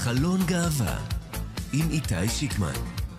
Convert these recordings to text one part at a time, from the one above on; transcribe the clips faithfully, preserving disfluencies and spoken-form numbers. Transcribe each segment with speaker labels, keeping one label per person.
Speaker 1: חלון גאווה עם איתי שיקמן.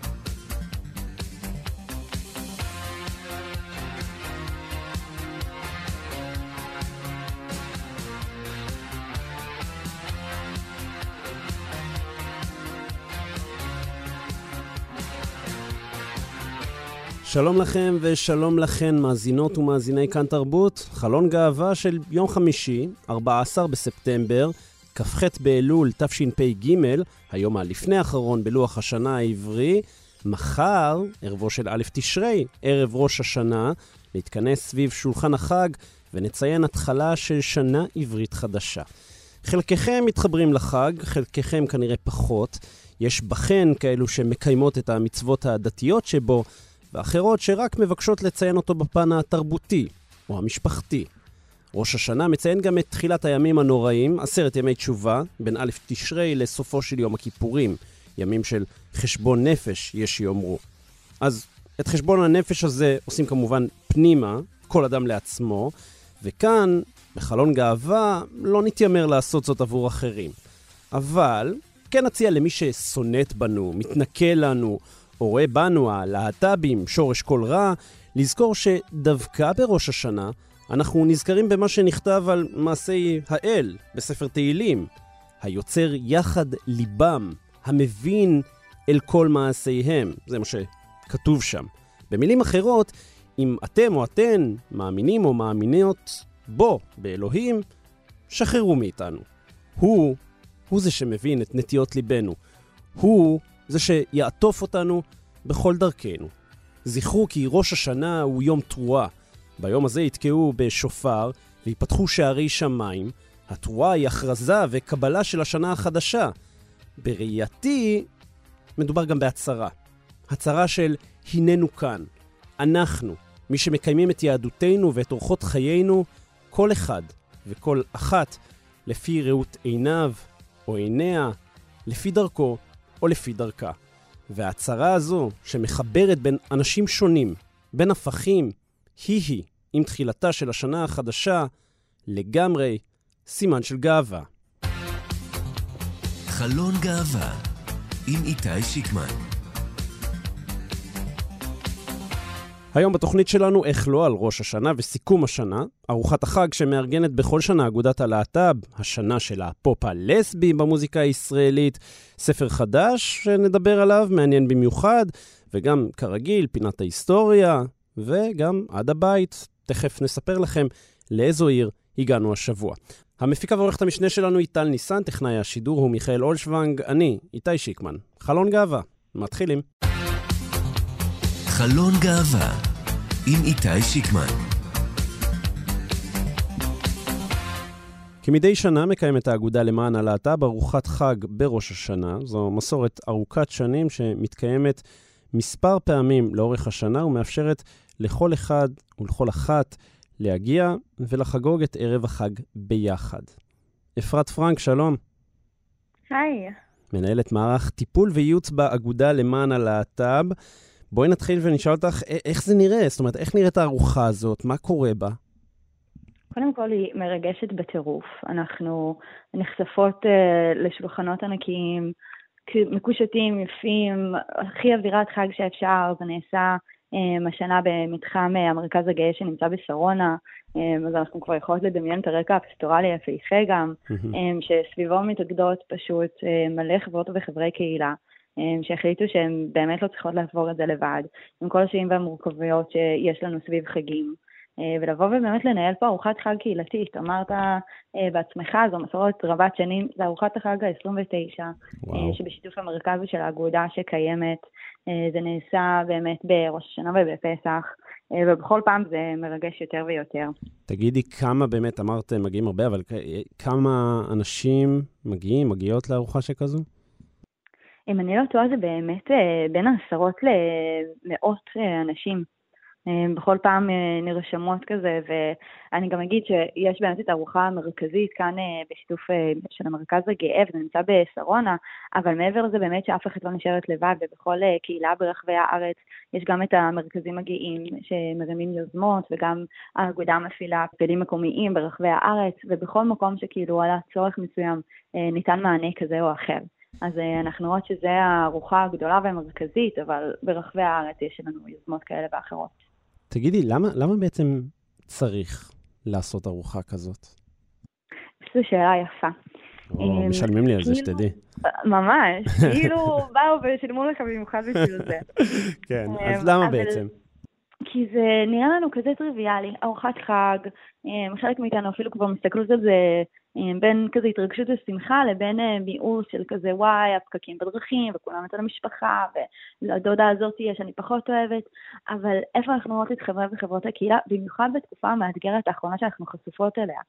Speaker 2: שלום לכם ושלום לכן מאזינות ומאזיני כאן תרבות, חלון גאווה של יום חמישי, ארבעה עשר בספטמבר, כ"ח באלול תשפ"ג, היום הלפני האחרון בלוח השנה העברי. מחר, ערבו של א' תשרי, ערב ראש השנה, נתכנס סביב שולחן החג ונציין התחלה של שנה עברית חדשה. חלקכם מתחברים לחג, חלקכם כנראה פחות. יש בכן כאלו שמקיימות את המצוות הדתיות שבו, ואחרות שרק מבקשות לציין אותו בפן התרבותי או המשפחתי. ראש השנה מציין גם את תחילת הימים הנוראים, עשרת ימי תשובה, בין א' תשרי לסופו של יום הכיפורים, ימים של חשבון נפש, יש שיאמרו. אז את חשבון הנפש הזה עושים כמובן פנימה, כל אדם לעצמו, וכאן, בחלון גאווה, לא נתיימר לעשות זאת עבור אחרים. אבל כן נציע למי ששונאת בנו, מתנכל לנו, או רואה בנו הלהט"בים, שורש כל רע, לזכור שדווקא בראש השנה אנחנו נזכרים במה שנכתב על מעשי האל בספר תהילים. היוצר יחד ליבם, המבין אל כל מעשיהם. זה מה שכתוב שם. במילים אחרות, אם אתם או אתן מאמינים או מאמינות בו, באלוהים, שחררו מאיתנו. הוא, הוא זה שמבין את נטיות ליבנו. הוא זה שיעטוף אותנו בכל דרכנו. זכרו כי ראש השנה הוא יום תרועה. ביום הזה יתקעו בשופר ויפתחו שערי שמיים. התרועה היא הכרזה וקבלה של השנה החדשה. בראייתי מדובר גם בהצהרה. הצהרה של הננו כאן. אנחנו, מי שמקיימים את יהדותנו ואת אורחות חיינו, כל אחד וכל אחת לפי ראות עיניו או עיניה, לפי דרכו או לפי דרכה. וההצהרה הזו שמחברת בין אנשים שונים, בין הפכים, היא-היא, עם תחילתה של השנה החדשה, לגמרי סימן של גאווה.
Speaker 1: חלון גאווה עם איתי שיקמן.
Speaker 2: היום בתוכנית שלנו איך לא על ראש השנה וסיכום השנה, ארוחת החג שמארגנת בכל שנה אגודת הלהט"ב, השנה של הפופ הלסבי במוזיקה הישראלית, ספר חדש שנדבר עליו, מעניין במיוחד, וגם כרגיל פינת ההיסטוריה, וגם עד הבית. תכף נספר לכם לאיזו עיר הגענו השבוע. המפיקה ועורכת המשנה שלנו היא טל ניסן, טכנאי השידור הוא מיכאל אולשוונג, אני איתי שיקמן. חלון גאווה, מתחילים.
Speaker 1: חלון גאווה עם איתי שיקמן.
Speaker 2: כמדי שנה מקיימת האגודה למען הלהט"ב ארוחת חג בראש השנה. זו מסורת ארוכת שנים שמתקיימת מספר פעמים לאורך השנה ומאפשרת לכל אחד ולכל אחת להגיע ולחגוג את ערב החג ביחד. אפרת פרנק, שלום.
Speaker 3: היי.
Speaker 2: מנהלת מערך טיפול וייעוץ באגודה למען הלהט"ב. בואי נתחיל ונשאל אותך איך זה נראה, זאת אומרת, איך נראית הארוחה הזאת, מה קורה בה?
Speaker 3: קודם כל היא מרגשת בטירוף. אנחנו נחשפות uh, לשולחנות ענקיים, מקושטים, יפים, הכי אווירת חג שאפשר. זה נעשה um, השנה במתחם uh, המרכז הגאה שנמצא בשרונה, um, אז אנחנו כבר יכולות לדמיין את הרקע הפסטורלי היפהפה גם, um, שסביבו מתאגדות פשוט uh, מלא חברות וחברי קהילה. שהחליטו שהן באמת לא צריכות לעבור את זה לבד, עם כל השאים והמורכבויות שיש לנו סביב חגים, ולבוא ובאמת לנהל פה ארוחת חג קהילתית. אמרת בעצמך, זו מסורת רבת שנים, זה ארוחת החג ה-עשרים ותשע, וואו. שבשיתוף המרכז של האגודה שקיימת, זה נעשה באמת בראש השנה ובפסח, ובכל פעם זה מרגש יותר ויותר.
Speaker 2: תגידי כמה באמת, אמרת מגיעים הרבה, אבל כמה אנשים מגיעים, מגיעות לארוחה שכזו?
Speaker 3: אם אני לא טועה, זה באמת בין עשרות למאות אנשים. בכל פעם נרשמות כזה, ואני גם אגיד שיש באמת את הארוחה המרכזית כאן בשיתוף של המרכז הגאה, וזה נמצא בשרונה, אבל מעבר לזה באמת שאף אחד לא נשארת לבד, ובכל קהילה ברחבי הארץ יש גם את המרכזים הגאים שמרימים יוזמות, וגם האגודה מפעילה פעילים מקומיים ברחבי הארץ, ובכל מקום שכאילו על הצורך מסוים ניתן מענה כזה או אחר. אז אנחנו רואות שזה הארוחה הגדולה והמרכזית, אבל ברחבי הארץ יש לנו יוזמות כאלה ואחרות.
Speaker 2: תגידי, למה, למה בעצם צריך לעשות ארוחה כזאת?
Speaker 3: זו שאלה יפה.
Speaker 2: או, משלמים לי על זה, שתדעי.
Speaker 3: ממש, כאילו באו ושילמו לך במיוחד בשביל זה.
Speaker 2: כן, אז למה בעצם?
Speaker 3: כי זה נראה לנו כזה טריוויאלי, ארוחת חג, חלק מאיתנו אפילו כבר מסתכלות על זה בין כזה התרגשות ושמחה לבין מיאוס של כזה וואי, הפקקים בדרכים וכולם אצל המשפחה ולדודה הזאת יש אני פחות אוהבת, אבל איפה אנחנו רואות את חברי וחברות הקהילה, במיוחד בתקופה המאתגרת האחרונה שאנחנו חשופות אליה.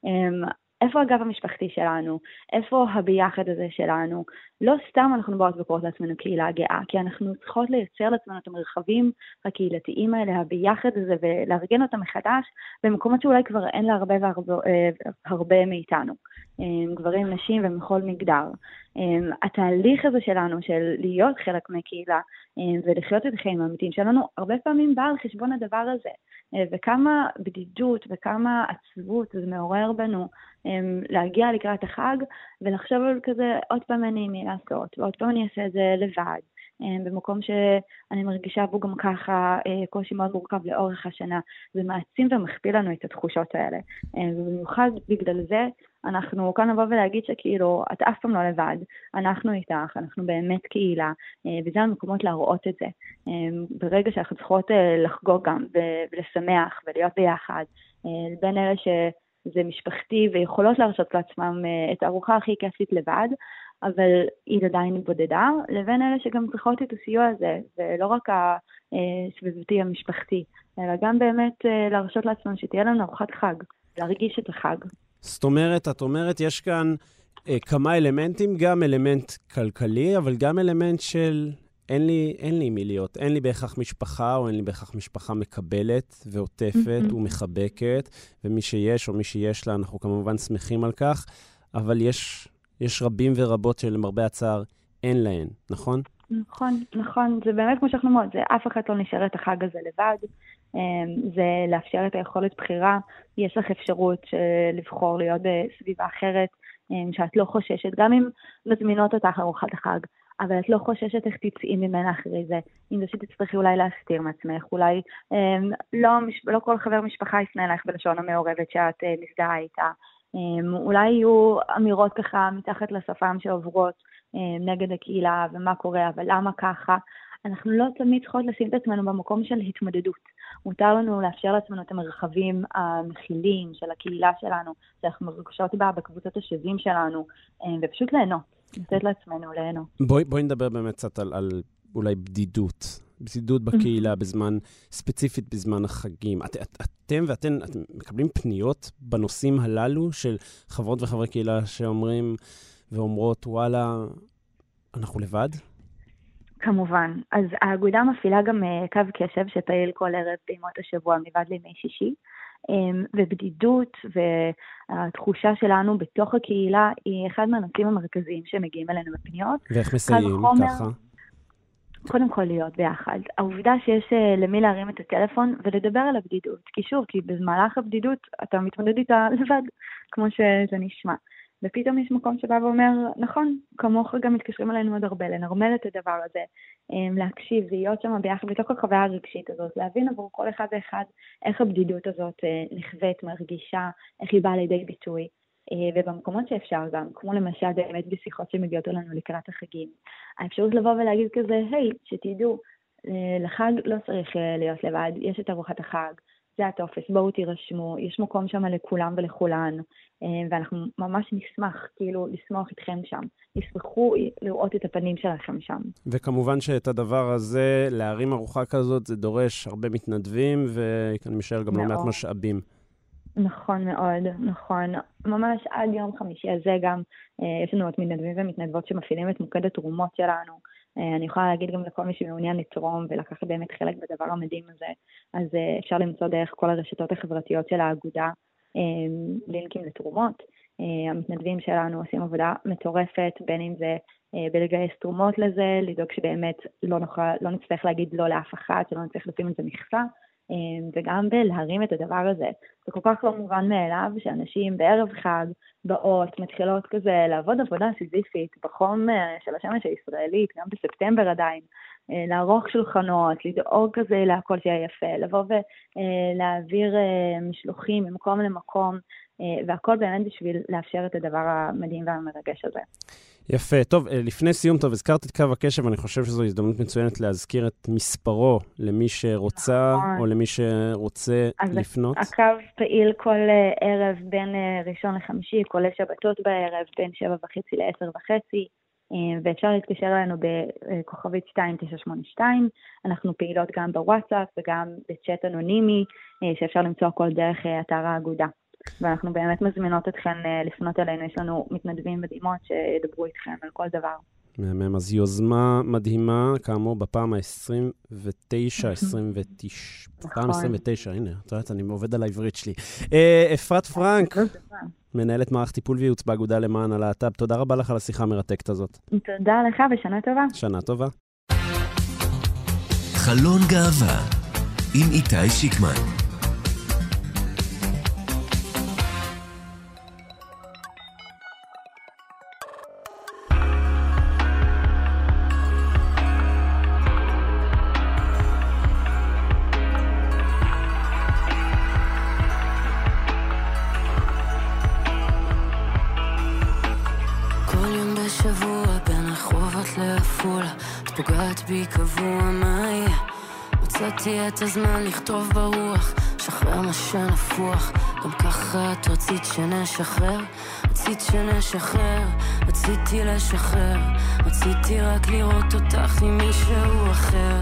Speaker 3: איפה הגב המשפחתי שלנו? איפה הביחד הזה שלנו? לא סתם אנחנו באות וקוראות לעצמנו קהילה גאה, כי אנחנו צריכות לייצר לעצמנו את המרחבים הקהילתיים האלה, הביחד הזה, ולארגן אותם מחדש במקומות שאולי כבר אין לה הרבה והרבה הרבה מאיתנו. גברים, נשים ומכל מגדר. התהליך הזה שלנו של להיות חלק מהקהילה ולחיות את החיים האמיתיים שלנו, הרבה פעמים בא על חשבון הדבר הזה. וכמה בדידות וכמה עצבות זה מעורר בנו להגיע לקראת החג ולחשוב על כזה עוד פעם אני מי לעשות ועוד פעם אני אעשה את זה לבד במקום שאני מרגישה בו גם ככה קושי מאוד מורכב לאורך השנה. זה מעצים ומכפיל לנו את התחושות האלה, ובמיוחד בגלל זה אנחנו כאן נבוא ולהגיד שכאילו את אף פעם לא לבד, אנחנו איתך, אנחנו באמת קהילה, וזה המקומות להראות את זה ברגע שאנחנו צריכות לחגוג גם ולשמח ולהיות ביחד בין אלה שזה משפחתי ויכולות להרשות לעצמם את הארוחה הכי כיפית לבד, אבל היא עדיין בודדה, לבין אלה שגם צריכות את הסיוע הזה, ולא רק הסביבתי המשפחתי, אלא גם באמת להרשות לעצמם שתהיה לנו ארוחת חג, להרגיש את החג.
Speaker 2: זאת אומרת, את אומרת, יש כאן אה, כמה אלמנטים, גם אלמנט כלכלי, אבל גם אלמנט של אין לי, אין לי מי להיות, אין לי בהכרח משפחה, או אין לי בהכרח משפחה מקבלת ועוטפת mm-hmm. ומחבקת, ומי שיש או מי שיש לה, אנחנו כמובן שמחים על כך, אבל יש... יש רבים ורבות שלמרבה הצער אין להן, נכון?
Speaker 3: נכון, נכון. זה באמת כמו שאנחנו אומרות, זה אף אחד לא נשאר את החג הזה לבד. זה לאפשר את היכולת בחירה. יש לך אפשרות לבחור להיות בסביבה אחרת, שאת לא חוששת, גם אם מזמינות אותך ארוחת החג, אבל את לא חוששת איך תצאי ממנה אחרי זה. אם זה שתצטרכי אולי להסתיר מעצמך, אולי לא, לא כל חבר משפחה יפנה לך בלשון המעורבת שאת מזדהה איתה. אולי יהיו אמירות ככה מתחת לשפם שעוברות נגד הקהילה ומה קורה, אבל למה ככה? אנחנו לא תמיד צריכות לשים את עצמנו במקום של התמודדות. מותר לנו לאפשר לעצמנו את המרחבים המכילים של הקהילה שלנו, שאנחנו מרגשות בה בקבוצות השווים שלנו, ופשוט ליהנות, לתת לעצמנו ליהנות.
Speaker 2: בואי, בואי נדבר באמת קצת על, על אולי בדידות. בדידות בקהילה בזמן, ספציפית בזמן החגים. את, את, אתם ואתן אתם מקבלים פניות בנושאים הללו של חברות וחברי קהילה שאומרים ואומרות, וואלה, אנחנו לבד?
Speaker 3: כמובן. אז האגודה מפעילה גם קו קשב שפעיל כל ערב בימות השבוע מבעד לימי שישי, ובדידות והתחושה שלנו בתוך הקהילה היא אחד מהנושאים המרכזיים שמגיעים אלינו בפניות.
Speaker 2: ואיך מסייעים ככה?
Speaker 3: קודם כל להיות ביחד. העובדה שיש למי להרים את הטלפון ולדבר על הבדידות. כי שוב, כי במהלך הבדידות אתה מתמודד איתה לבד, כמו שזה נשמע. ופתאום יש מקום שבא ואומר, נכון, כמוך גם מתקשרים עלינו עוד הרבה, לנרמל את הדבר הזה, להקשיב, להיות שם ביחד בתוך החוויה הרגשית הזאת, להבין עבור כל אחד ואחד איך הבדידות הזאת נחוות, מרגישה, איך היא באה לידי ביטוי. ובמקומות שאפשר גם, כמו למשל באמת בשיחות שמגיעות אלינו לקראת החגים, האפשרות לבוא ולהגיד כזה, היי, שתדעו, לחג לא צריך להיות לבד, יש את ארוחת החג, זה הטופס, בואו תירשמו, יש מקום שם לכולם ולכולן, ואנחנו ממש נשמח כאילו לשמוח איתכם שם, נשמחו לראות את הפנים שלכם שם.
Speaker 2: וכמובן שאת הדבר הזה, להרים ארוחה כזאת, זה דורש הרבה מתנדבים, וכאן משאר גם לא מעט משאבים.
Speaker 3: נכון מאוד, נכון. ממש עד יום חמישי הזה גם יש לנו עוד מתנדבים ומתנדבות שמפעילים את מוקד התרומות שלנו. אני יכולה להגיד גם לכל מי שמעוניין לתרום ולקחת באמת חלק בדבר המדהים הזה. אז אפשר למצוא דרך כל הרשתות החברתיות של האגודה לינקים לתרומות. המתנדבים שלנו עושים עבודה מטורפת, בין אם זה בלגייס תרומות לזה, לדאוג שבאמת לא, נוכל, לא נצטרך להגיד לא לאף אחד, שלא נצטרך לשים את זה מכסה. וגם בלהרים את הדבר הזה. זה כל כך לא מובן מאליו שאנשים בערב חג באות מתחילות כזה לעבוד עבודה סיזיפית בחום של השמש הישראלית, גם בספטמבר עדיין, לערוך שולחנות, לדאוג כזה להכל שיהיה יפה, לבוא ולהעביר משלוחים ממקום למקום, והכל באמת בשביל לאפשר את הדבר המדהים והמרגש הזה.
Speaker 2: יפה. טוב, לפני סיום, טוב, הזכרת את קו הקשב, אני חושב שזו הזדמנות מצוינת להזכיר את מספרו למי שרוצה או למי שרוצה לפנות.
Speaker 3: הקו פעיל כל ערב בין ראשון לחמישי, כולל שבתות בערב בין שבע וחצי לעשר וחצי, ואפשר להתקשר אלינו בכוכבית שתיים תשע שמונה שתיים. אנחנו פעילות גם בוואטסאפ וגם בצ'אט אנונימי, שאפשר למצוא כל דרך אתר האגודה. ואנחנו באמת מזמינות אתכן לפנות אלינו, יש לנו מתנדבים מדהימות שידברו איתכם על כל דבר.
Speaker 2: מהמם, אז יוזמה מדהימה, כאמור, בפעם ה-עשרים ותשע, עשרים ותשע, פעם עשרים ותשע, הנה, את יודעת, אני עובד על העברית שלי. אפרת פרנק, מנהלת מערך טיפול וייעוץ באגודה למען הלהט"ב, תודה רבה לך על השיחה המרתקת הזאת.
Speaker 3: תודה לך ושנה טובה.
Speaker 2: שנה טובה.
Speaker 1: חלון גאווה, עם איתי שיקמן.
Speaker 4: בי קבוע מה יהיה מצאתי את הזמן לכתוב ברוח שחרר מה שנפוח גם ככה את רצית שנשחרר רצית שנשחרר רציתי לשחרר רציתי רק לראות אותך עם מישהו אחר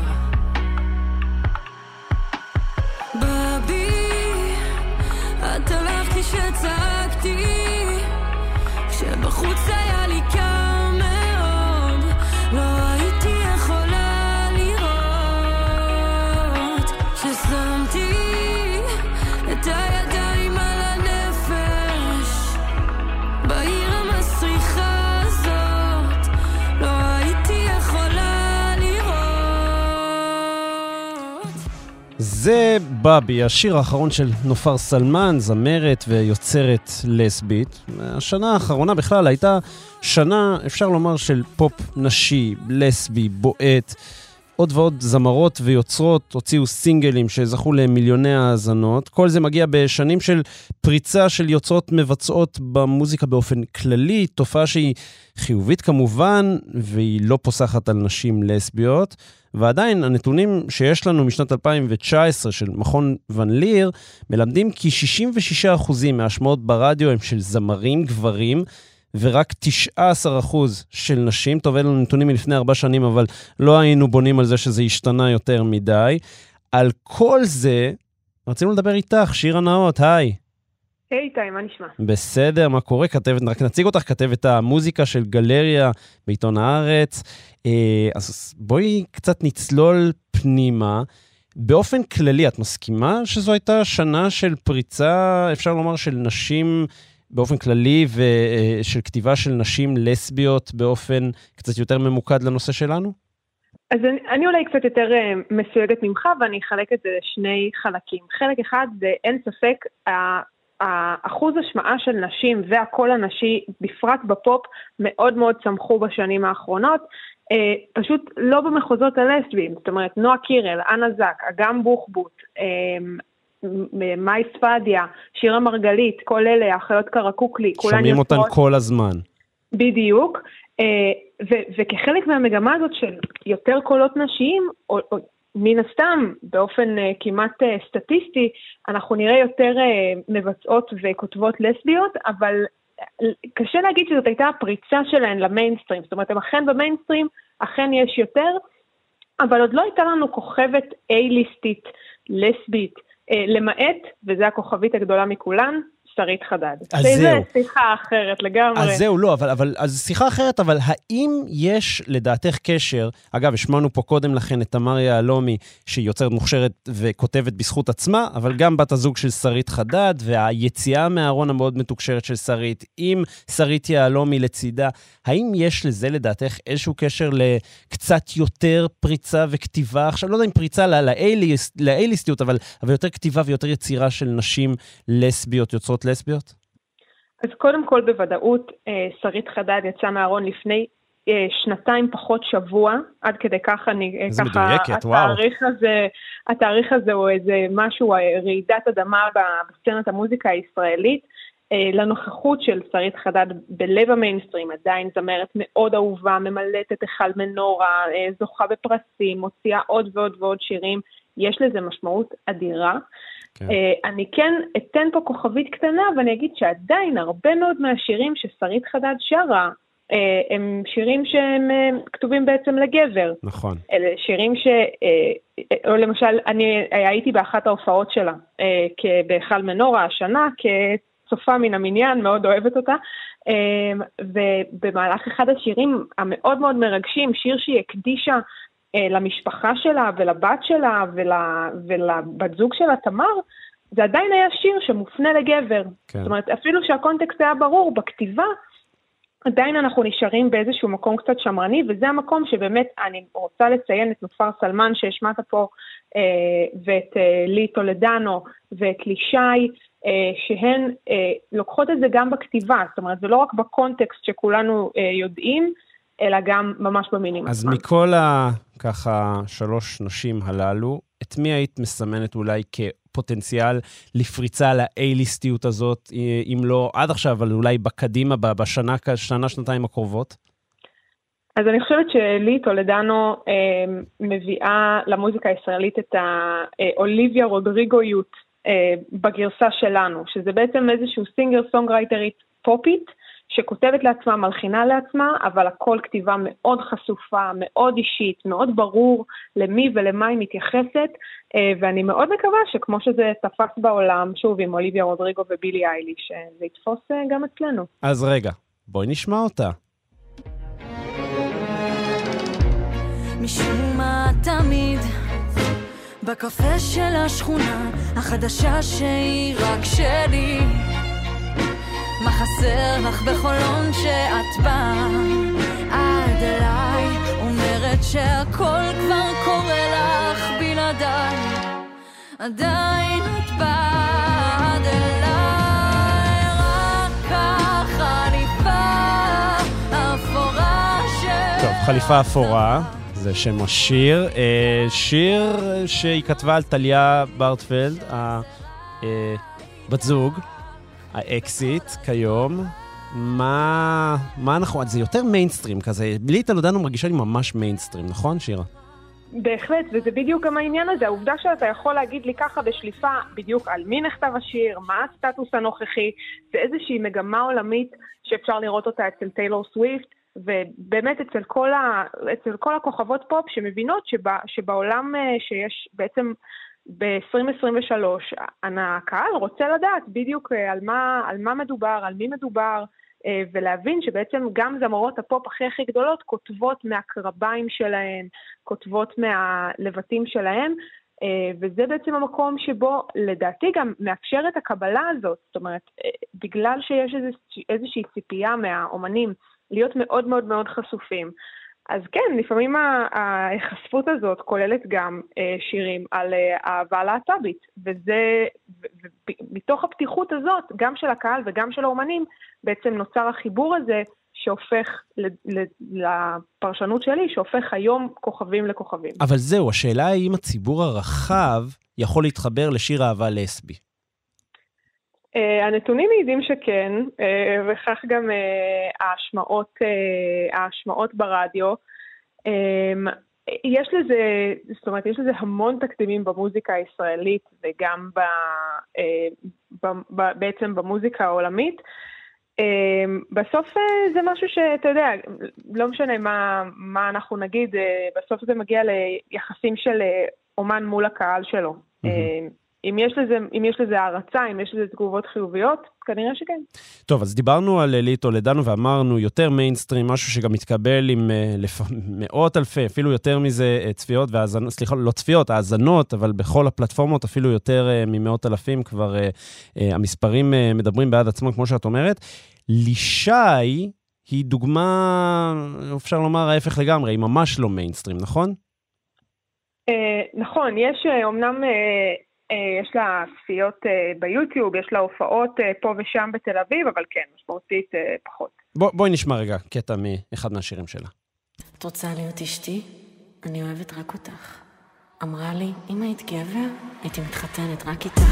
Speaker 4: בבי את הלכתי שצעקתי כשבחוץ היה לי קר מאוד לא הייתי ששמתי את הידיים על הנפש בעיר המסריחה הזאת לא הייתי יכולה לראות
Speaker 2: זה בבי, השיר האחרון של נופר סלמן, זמרת ויוצרת לסבית. השנה האחרונה בכלל הייתה שנה, אפשר לומר, של פופ נשי, לסבי, בועט. עוד ועוד זמרות ויוצרות הוציאו סינגלים שזכו למיליוני האזנות. כל זה מגיע בשנים של פריצה של יוצרות מבצעות במוזיקה באופן כללי, תופעה שהיא חיובית כמובן, והיא לא פוסחת על נשים לסביות. ועדיין הנתונים שיש לנו משנת אלפיים תשע עשרה של מכון ון ליר, מלמדים כי שישים ושישה אחוז מההשמעות ברדיו הם של זמרים גברים, ורק תשעה עשר אחוז של נשים. טוב, אלו נתונים מלפני ארבע שנים, אבל לא היינו בונים על זה שזה השתנה יותר מדי. על כל זה, רצינו לדבר איתך, שירה נאות, היי.
Speaker 5: היי איתי, מה נשמע?
Speaker 2: בסדר, מה קורה? כתבת, רק נציג אותך, כתבת המוזיקה של גלריה בעיתון הארץ. אז בואי קצת נצלול פנימה. באופן כללי, את מסכימה שזו הייתה שנה של פריצה, אפשר לומר, של נשים באופן כללי, ושל כתיבה של נשים לסביות באופן קצת יותר ממוקד לנושא שלנו?
Speaker 5: אז אני, אני אולי קצת יותר מסויגת ממך, ואני אחלק את זה לשני חלקים. חלק אחד זה אין ספק, האחוז השמעה של נשים והקול הנשי, בפרט בפופ, מאוד מאוד צמחו בשנים האחרונות, פשוט לא במחוזות הלסביים, זאת אומרת, נועה קירל, אנה זק, אגם בוחבוט, מאי ספדיה, שירה מרגלית, כל אלה, אחיות קרקוקלי,
Speaker 2: שומעים אותן כל הזמן.
Speaker 5: בדיוק, ו- וכחלק מהמגמה הזאת של יותר קולות נשיים, או, או מן הסתם, באופן כמעט סטטיסטי, אנחנו נראה יותר מבצעות וכותבות לסביות, אבל קשה להגיד שזאת הייתה הפריצה שלהן למיינסטרים, זאת אומרת, הם אכן במיינסטרים, אכן יש יותר, אבל עוד לא הייתה לנו כוכבת איי-ליסטית, לסבית, למעט, וזו הכוכבית הגדולה מכולן, שרית חדד.
Speaker 2: אז
Speaker 5: שזה
Speaker 2: זהו.
Speaker 5: שיחה אחרת לגמרי.
Speaker 2: אז זהו, לא, אבל, אבל, אז שיחה אחרת, אבל האם יש לדעתך קשר, אגב, השמענו פה קודם לכן את תמר יהלומי, שהיא יוצרת מוכשרת וכותבת בזכות עצמה, אבל גם בת הזוג של שרית חדד, והיציאה מהארון המאוד מתוקשרת של שרית, עם שרית יהלומי לצידה, האם יש לזה לדעתך איזשהו קשר לקצת יותר פריצה וכתיבה? עכשיו, לא יודע אם פריצה לאייליסט, לאייליסטיות, אבל, אבל יותר כתיבה ויותר יצירה של נשים לסביות, יוצרות לסביות?
Speaker 5: אז קודם כל בוודאות, שרית חדד יצא מהארון לפני שנתיים פחות שבוע, עד כדי כך אני,
Speaker 2: איזה
Speaker 5: ככה,
Speaker 2: מדויקת, וואו.
Speaker 5: התאריך הזה, התאריך הזה הוא איזה משהו, רעידת אדמה בסצנת המוזיקה הישראלית, לנוכחות של שרית חדד בלב המיינסטרים, עדיין זמרת מאוד אהובה, ממלאת את היכל מנורה, זוכה בפרסים, מוציאה עוד ועוד ועוד שירים, יש לזה משמעות אדירה. כן. אני כן אתן פה כוכבית קטנה, ואני אגיד שעדיין הרבה מאוד מהשירים ששרית חדד שרה, הם שירים שהם כתובים בעצם לגבר.
Speaker 2: נכון.
Speaker 5: אלה שירים ש... או למשל, אני הייתי באחת ההופעות שלה, בהיכל מנורה השנה, כצופה מן המניין, מאוד אוהבת אותה, ובמהלך אחד השירים המאוד מאוד מרגשים, שיר שהיא הקדישה למשפחה שלה ולבת שלה ולבת זוג שלה, תמר, זה עדיין היה שיר שמופנה לגבר. כן. זאת אומרת, אפילו שהקונטקסט היה ברור, בכתיבה, עדיין אנחנו נשארים באיזשהו מקום קצת שמרני, וזה המקום שבאמת אני רוצה לציין את נופר סלמן שהשמעת פה, ואת לי טולדנו ואת לישי, שהן לוקחות את זה גם בכתיבה, זאת אומרת, זה לא רק בקונטקסט שכולנו יודעים, אלא גם ממש במינים.
Speaker 2: אז מכל ה... ככה שלוש נשים הללו, את מי היית מסמנת אולי כפוטנציאל לפריצה לאייליסטיות הזאת, אם לא עד עכשיו, אבל אולי בקדימה, בשנה, שנה, שנתיים הקרובות?
Speaker 5: אז אני חושבת שלי טולדנו אה, מביאה למוזיקה הישראלית את האוליביה רודריגויות אה, בגרסה שלנו, שזה בעצם איזשהו סינגר סונגרייטרית פופית, שכותבת לעצמה, מלחינה לעצמה, אבל הכל כתיבה מאוד חשופה, מאוד אישית, מאוד ברור למי ולמה היא מתייחסת, ואני מאוד מקווה שכמו שזה תפס בעולם, שוב עם אוליביה רודריגו ובילי אייליש, זה יתפוס גם אצלנו.
Speaker 2: אז רגע, בואי נשמע אותה.
Speaker 4: משום מה תמיד בקפה של השכונה החדשה שהיא רק שלי, מה חסר לך בחולון שאת באה עד אליי, אומרת שהכל כבר קורה לך בלעדיי, עדיין את באה עד אליי, רק החליפה אפורה של...
Speaker 2: טוב, חליפה אפורה, זה שם השיר. שיר שהיא כתבה על טליה ברטפלד, הבת זוג, האקסיט כיום. מה, מה אנחנו, זה יותר מיינסטרים כזה. בלי טולדנו מרגישה לי ממש מיינסטרים, נכון שירה?
Speaker 5: בהחלט, וזה בדיוק גם העניין הזה. העובדה שאתה יכול להגיד לי ככה בשליפה בדיוק על מי נכתב השיר, מה הסטטוס הנוכחי, זה איזושהי מגמה עולמית שאפשר לראות אותה אצל טיילור סוויפט, ובאמת אצל כל, ה, אצל כל הכוכבות פופ שמבינות שבה, שבעולם שיש בעצם ב-עשרים עשרים ושלוש, הקהל רוצה לדעת בדיוק על מה, על מה מדובר, על מי מדובר, ולהבין שבעצם גם זמרות הפופ הכי הכי גדולות כותבות מהקרביים שלהן, כותבות מהלבטים שלהן, וזה בעצם המקום שבו לדעתי גם מאפשר את הקבלה הזאת, זאת אומרת, בגלל שיש איזושהי ציפייה מהאומנים להיות מאוד מאוד מאוד חשופים, אז כן, לפעמים ההיחשפות הזאת כוללת גם שירים על אהבה להט"בית, וזה, מתוך הפתיחות הזאת, גם של הקהל וגם של האומנים, בעצם נוצר החיבור הזה שהופך לפרשנות שלי, שהופך היום כוכבים לכוכבים.
Speaker 2: אבל זהו, השאלה היא אם הציבור הרחב יכול להתחבר לשיר אהבה לסבי.
Speaker 5: הנתונים מעידים שכן, וכך גם ההשמעות, ההשמעות ברדיו. יש לזה, זאת אומרת, יש לזה המון תקדימים במוזיקה הישראלית, וגם ב, ב, בעצם במוזיקה העולמית. בסוף זה משהו שאתה יודע, לא משנה מה, מה אנחנו נגיד, בסוף זה מגיע ליחסים של אומן מול הקהל שלו. Mm-hmm. אם יש לזה, אם יש לזה הערצה, אם יש לזה תגובות חיוביות, כנראה שכן.
Speaker 2: טוב, אז דיברנו על לילי טולדנו ואמרנו יותר מיינסטרים, משהו שגם מתקבל עם מאות אלפי, אפילו יותר מזה צפיות והאזנות, סליחה, לא צפיות, האזנות, אבל בכל הפלטפורמות אפילו יותר ממאות אלפים, כבר המספרים מדברים בעד עצמם, כמו שאת אומרת. לישי היא דוגמה, אפשר לומר ההפך לגמרי, היא ממש לא מיינסטרים, נכון?
Speaker 5: נכון, יש אומנם... יש לה צפיות ביוטיוב, יש לה הופעות פה ושם בתל אביב, אבל כן, משמעותית פחות.
Speaker 2: בוא, בואי נשמע רגע קטע מאחד מהשירים שלה.
Speaker 4: את רוצה להיות אשתי? אני אוהבת רק אותך. אמרה לי, אם היית גבר, הייתי מתחתנת רק איתך.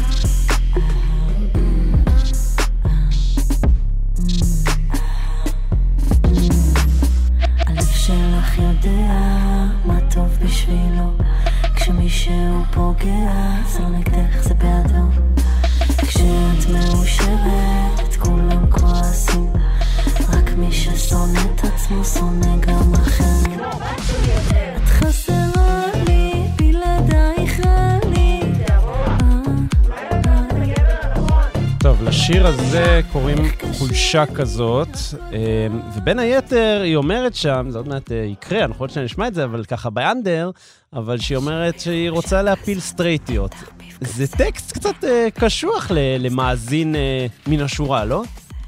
Speaker 4: הלב שלך יודע מה טוב בשבילו, כשמישהו פוגע, זה לא נגדך, זה בעדו. כשאת מאושרת, כולם כועסים, רק מי ששונא את עצמו, שונא גם אחרים. את חסרה לי, בלעדייך לי.
Speaker 2: טוב, לשיר הזה קוראים חולשה כזאת, ובין היתר היא אומרת שם, זה עוד מעט יקרה, אני חושב שאני נשמע את זה, אבל ככה באנדר, אבל שהיא אומרת שהיא רוצה להפיל סטרייטיות. זה טקסט קצת קשוח למאזין מן השורה, לא?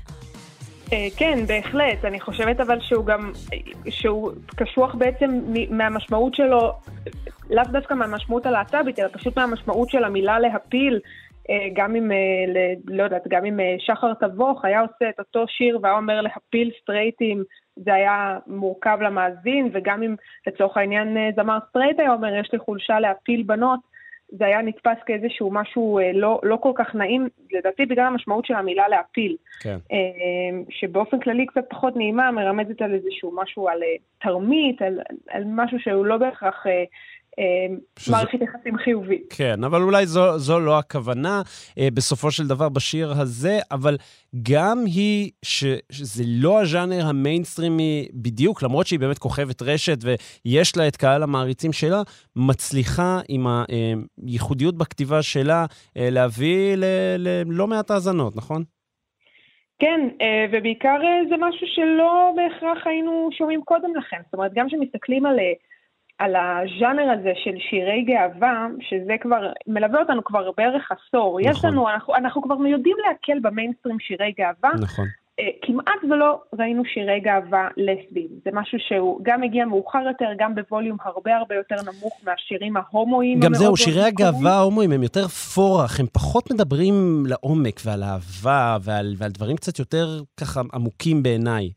Speaker 5: כן, בהחלט. אני חושבת אבל שהוא גם, שהוא קשוח בעצם מהמשמעות שלו, לאו דווקא מהמשמעות הלהט"בית, אלא פשוט מהמשמעות של המילה להפיל, גם אם, לא יודעת, גם אם שחר תבוך היה עושה את אותו שיר והיה אומר להפיל סטרייטים, זה היה מורכב למאזין, וגם אם לצורך העניין זמר סטרייט היה אומר, יש לי חולשה להפיל בנות, זה היה נתפס כאיזשהו משהו לא, לא כל כך נעים, לדעתי בגלל המשמעות של המילה להפיל, כן. שבאופן כללי קצת פחות נעימה, מרמזת על איזשהו משהו על תרמית, על, על משהו שהוא לא בהכרח... שזה... מערכת יחסים חיובית.
Speaker 2: כן, אבל אולי זו, זו לא הכוונה אה, בסופו של דבר בשיר הזה, אבל גם היא, ש, שזה לא הז'אנר המיינסטרימי בדיוק, למרות שהיא באמת כוכבת רשת ויש לה את קהל המעריצים שלה, מצליחה עם הייחודיות בכתיבה שלה אה, להביא ללא מעט האזנות, נכון?
Speaker 5: כן, ובעיקר זה משהו שלא בהכרח היינו שומעים קודם לכן. זאת אומרת, גם שמסתכלים על... על הז'אנר הזה של שירי גאווה, שזה כבר, מלווה אותנו כבר בערך עשור. נכון. יש לנו, אנחנו, אנחנו כבר יודעים להקל במיינסטרים שירי גאווה. נכון. כמעט ולא ראינו שירי גאווה לסביים. זה משהו שהוא גם הגיע מאוחר יותר, גם בווליום הרבה הרבה יותר נמוך מהשירים ההומואים.
Speaker 2: גם זהו, שירי הגאווה ההומואים הם יותר פורח, הם פחות מדברים לעומק ועל אהבה ועל, ועל דברים קצת יותר ככה עמוקים בעיניי.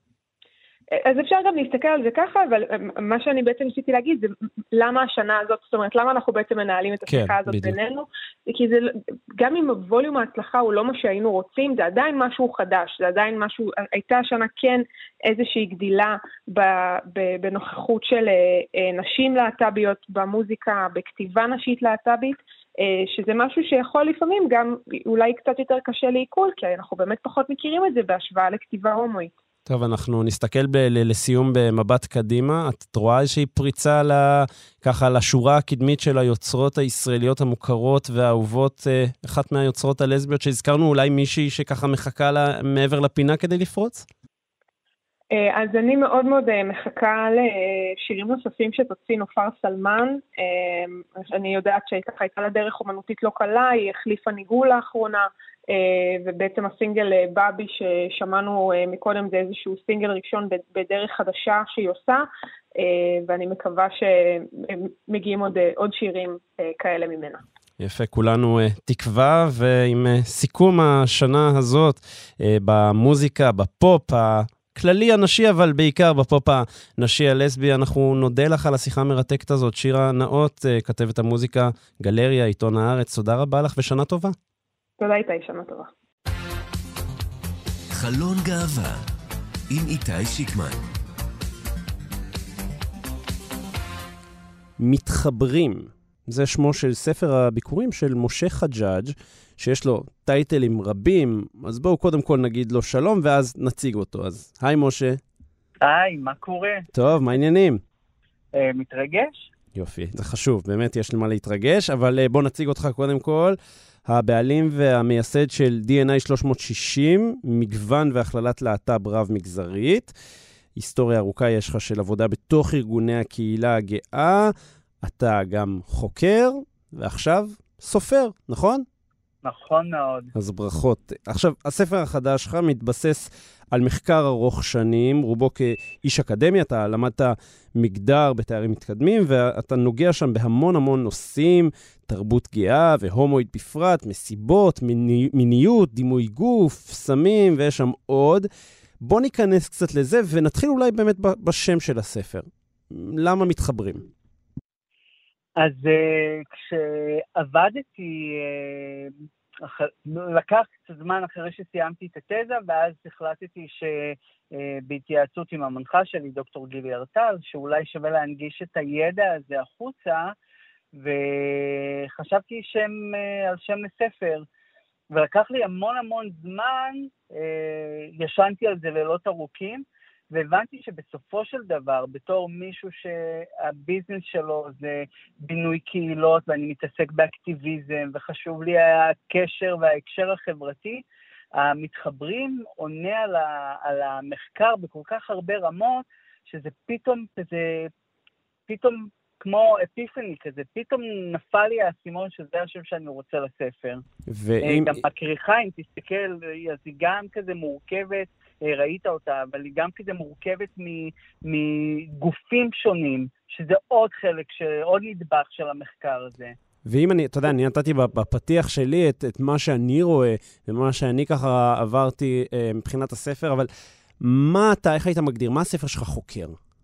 Speaker 5: אז אפשר גם להסתכל על זה ככה, אבל מה שאני בעצם ניסיתי להגיד זה למה השנה הזאת, זאת אומרת, למה אנחנו בעצם מנהלים את השיחה הזאת בדיוק. בינינו, כי זה, גם אם ווליום ההצלחה הוא לא מה שהיינו רוצים, זה עדיין משהו חדש, זה עדיין משהו, הייתה השנה כן איזושהי גדילה ב, ב, בנוכחות של נשים להט"ביות במוזיקה, בכתיבה נשית להט"בית, שזה משהו שיכול לפעמים גם אולי קצת יותר קשה לעיכול, כי אנחנו באמת פחות מכירים את זה בהשוואה לכתיבה הומואית.
Speaker 2: טוב, אנחנו נסתכל ב- לסיום במבט קדימה. את רואה איזושהי פריצה ל- ככה לשורה הקדמית של היוצרות הישראליות המוכרות והאהובות, אחת מהיוצרות הלסביות שהזכרנו, אולי מישהי שככה מחכה לה, מעבר לפינה כדי לפרוץ?
Speaker 5: אז אני מאוד מאוד מחכה לשירים נוספים שתוציא נופר סלמן. אני יודעת שהייתה הייתה לה דרך אומנותית לא קלה, היא החליפה ניגול לאחרונה, ובעצם הסינגל בבי ששמענו מקודם זה איזשהו סינגל ראשון בדרך חדשה שהיא עושה, ואני מקווה שמגיעים עוד, עוד שירים כאלה ממנה.
Speaker 2: יפה, כולנו תקווה, ועם סיכום השנה הזאת במוזיקה, בפופ, כללי הנשי, אבל בעיקר בפופ הנשי הלסבי, אנחנו נודה לך על השיחה המרתקת הזאת. שירה נאות, כתבת המוזיקה, גלריה, עיתון הארץ, תודה רבה לך ושנה טובה.
Speaker 5: תודה איתי, שנה טובה.
Speaker 1: חלון גאווה עם איתי שיקמן.
Speaker 2: מתחברים, זה שמו של ספר הביקורים של משה חג'אג', שיש לו טייטלים רבים, אז בואו קודם כל נגיד לו שלום ואז נציג אותו. אז היי משה.
Speaker 6: היי, מה קורה?
Speaker 2: טוב, מה העניינים?
Speaker 6: Uh, מתרגש?
Speaker 2: יופי, זה חשוב, באמת יש למה להתרגש, אבל בוא נציג אותך קודם כל. הבעלים והמייסד של די אן איי שלוש מאות שישים, מגוון והכללת להט"ב רב מגזרית. היסטוריה ארוכה יש לך של עבודה בתוך ארגוני הקהילה הגאה. אתה גם חוקר, ועכשיו סופר, נכון?
Speaker 6: נכון מאוד.
Speaker 2: אז ברכות. עכשיו, הספר החדש שלך מתבסס על מחקר ארוך שנים, רובו כאיש אקדמי, אתה למדת מגדר בתארים מתקדמים, ואתה נוגע שם בהמון המון נושאים, תרבות גאה והומואית בפרט, מסיבות, מיני, מיניות, דימוי גוף, סמים, ויש שם עוד. בוא ניכנס קצת לזה, ונתחיל אולי באמת בשם של הספר. למה מתחברים?
Speaker 6: אז uh, כשעבדתי, uh, אח... לקח קצת זמן אחרי שסיימתי את התזה, ואז החלטתי שבהתייעצות uh, עם המנחה שלי, דוקטור גילי ארטל, שאולי שווה להנגיש את הידע הזה החוצה, וחשבתי שם, uh, על שם לספר, ולקח לי המון המון זמן, uh, ישנתי על זה לילות ארוכים, והבנתי שבסופו של דבר, בתור מישהו שהביזנס שלו זה בינוי קהילות, ואני מתעסק באקטיביזם, וחשוב לי הקשר וההקשר החברתי, המתחברים עונה על, ה, על המחקר בכל כך הרבה רמות, שזה פתאום, שזה פתאום כמו אפיפני כזה, פתאום נפל לי האסימון שזה השם שאני רוצה לספר. ואם... גם הכריכה, אם תסתכל, אז היא גם כזה מורכבת, ראית אותה, אבל היא גם כזה מורכבת מגופים שונים, שזה עוד חלק, עוד נדבך של המחקר הזה.
Speaker 2: ואם אני, אתה יודע, אני נתתי בפתיח שלי את, את מה שאני רואה, ומה שאני ככה עברתי אה, מבחינת הספר, אבל מה אתה, איך היית מגדיר? מה הספר שלך חוקר?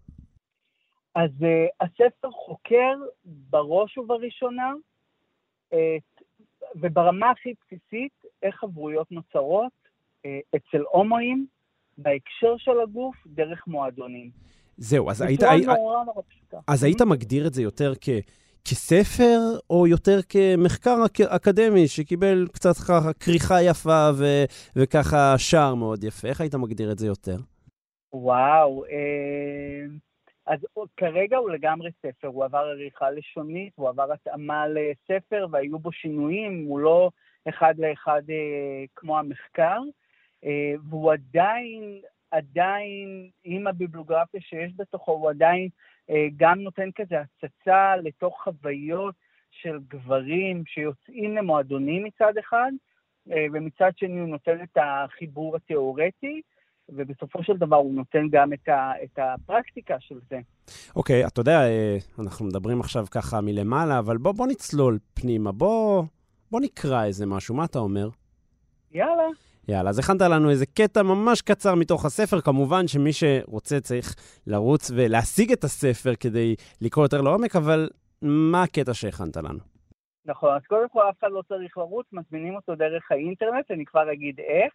Speaker 6: אז uh, הספר חוקר בראש ובראשונה, את, וברמה הכי בסיסית, איך חברויות נוצרות uh, אצל הומואים, בהקשר של הגוף, דרך מועדונים.
Speaker 2: זהו, אז היית, הי... אז היית מגדיר את זה יותר כ... כספר, או יותר כמחקר אקדמי, שקיבל קצת ככה כריכה יפה, ו... וככה שער מאוד יפה? איך היית מגדיר את זה יותר?
Speaker 6: וואו, אה... אז כרגע הוא לגמרי ספר, הוא עבר עריכה לשונית, הוא עבר התאמה לספר, והיו בו שינויים, הוא לא אחד לאחד אה, כמו המחקר, אה, והוא עדיין, עדיין, עם הביבליוגרפיה שיש בתוכו, הוא עדיין אה, גם נותן כזה הצצה לתוך חוויות של גברים שיוצאים למועדונים מצד אחד, אה, ומצד שני הוא נותן את החיבור התיאורטי, ובסופו של דבר הוא נותן גם את, ה, את הפרקטיקה של זה.
Speaker 2: אוקיי, אתה יודע, אנחנו מדברים עכשיו ככה מלמעלה, אבל בוא, בוא נצלול פנימה, בוא, בוא נקרא איזה משהו, מה אתה אומר?
Speaker 6: יאללה.
Speaker 2: יאללה, אז הכנת לנו איזה קטע ממש קצר מתוך הספר, כמובן שמי שרוצה צריך לרוץ ולהשיג את הספר כדי לקרוא יותר לעומק, אבל מה הקטע שהכנת לנו?
Speaker 6: נכון, אז קודם כל אף אחד לא צריך לרוץ, מזמינים אותו דרך האינטרנט, אני כבר אגיד איך,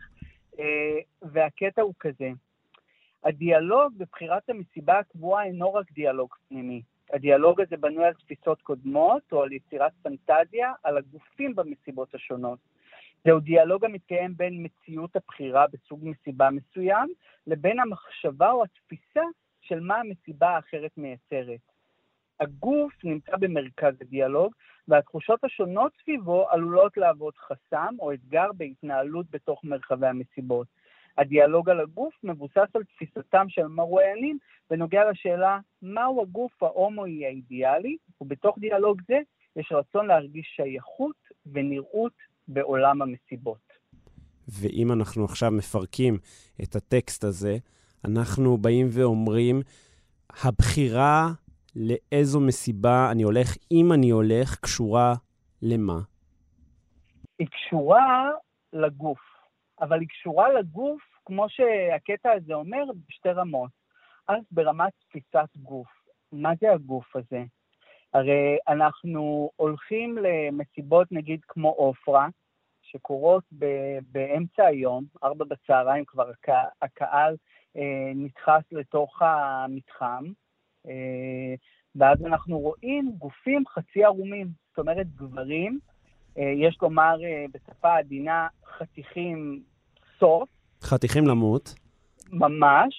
Speaker 6: והקטע הוא כזה. הדיאלוג בבחירת המסיבה הקבועה אינו רק דיאלוג פנימי. הדיאלוג הזה בנוי על תפיסות קודמות או על יצירת פנטזיה על הגופים במסיבות השונות. זהו דיאלוג המתקיים בין מציאות הבחירה בסוג מסיבה מסוים לבין המחשבה או התפיסה של מה המסיבה האחרת מייצרת. הגוף נמצא במרכז הדיאלוג, והתחושות השונות סביבו עלולות להוות חסם או אתגר בהתנהלות בתוך מרחבי המסיבות. הדיאלוג על הגוף מבוסס על תפיסתם של מרואיינים בנוגע לשאלה מהו הגוף ההומואי האידיאלי, ובתוך דיאלוג זה יש רצון להרגיש שייכות ונראות בעולם המסיבות.
Speaker 2: ואם אנחנו עכשיו מפרקים את הטקסט הזה, אנחנו באים ואומרים, הבחירה לאיזו מסיבה אני הולך, אם אני הולך, קשורה למה?
Speaker 6: היא קשורה לגוף, אבל היא קשורה לגוף, כמו שהקטע הזה אומר, בשתי רמות. אז ברמת תפיסת גוף, מה זה הגוף הזה? הרי אנחנו הולכים למסיבות נגיד כמו אופרה, שקורות ב- באמצע היום, ארבע בצהריים כבר הקה, הקהל אה, נדחס לתוך המתחם, אה, ואז אנחנו רואים גופים חצי ערומים, זאת אומרת גברים, אה, יש לומר אה, בשפה עדינה חתיכים סוף.
Speaker 2: חתיכים למות.
Speaker 6: ממש,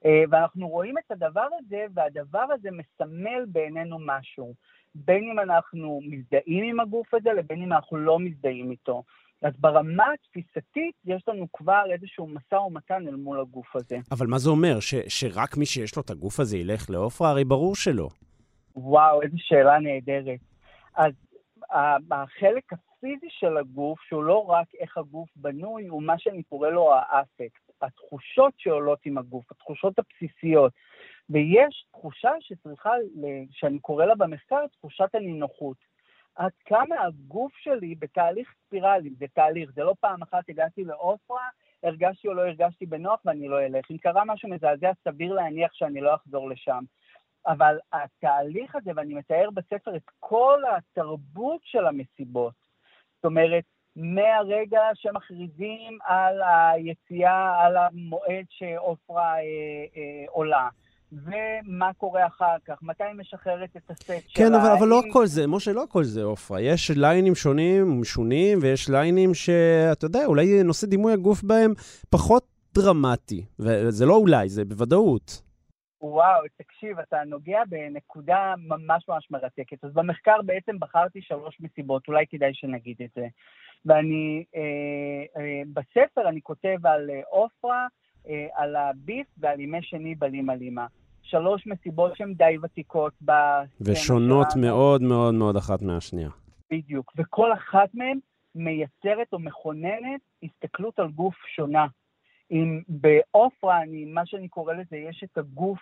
Speaker 6: ואנחנו רואים את הדבר הזה, והדבר הזה מסמל בעינינו משהו. בין אם אנחנו מזדהים עם הגוף הזה, לבין אם אנחנו לא מזדהים איתו. אז ברמה התפיסתית, יש לנו כבר איזשהו מסע ומתן אל מול הגוף הזה.
Speaker 2: אבל מה זה אומר? ש- שרק מי שיש לו את הגוף הזה ילך לאופרה? הרי ברור שלא.
Speaker 6: וואו, איזו שאלה נהדרת. אז החלק הפיזי של הגוף, שהוא לא רק איך הגוף בנוי, הוא מה שאני קורא לו האפקט, התחושות שעולות עם הגוף, התחושות הבסיסיות. ויש תחושה שצריכה, שאני קורא לה במחקר, תחושת הנינוחות. עד כמה הגוף שלי בתהליך ספירלי, זה תהליך, זה לא פעם אחת הגעתי לאופרה, הרגשתי או לא הרגשתי בנוח ואני לא אלך. אם קרה משהו מזעזע, סביר להניח שאני לא אחזור לשם. אבל התהליך הזה, ואני מתאר בספר את כל התרבות של המסיבות, זאת אומרת, מהרגע שמכריזים על היציאה, על המועד שאופרה אה, אה, עולה, ומה קורה אחר כך, מתי היא משחררת את הסט שלה.
Speaker 2: כן, אבל, אבל לא הכל זה, משה, לא הכל זה אופרה. יש ליינים שונים ומשונים, ויש ליינים שאתה יודע, אולי נושא דימוי הגוף בהם פחות דרמטי. וזה לא אולי, זה בוודאות.
Speaker 6: וואו, תקשיב, אתה נוגע בנקודה ממש ממש מרתקת. אז במחקר בעצם בחרתי שלוש מסיבות, אולי כדאי שנגיד את זה. ואני, אה, אה, בספר אני כותב על אה, אופרה, אה, על הביף ועל ימי שני בלימה לימה. שלוש מסיבות שהן די ותיקות.
Speaker 2: ושונות מאוד מאוד מאוד אחת מהשנייה.
Speaker 6: בדיוק, וכל אחת מהן מייצרת או מכוננת הסתכלות על גוף שונה. אם באופרה, אני, מה שאני קורא לזה, יש את הגוף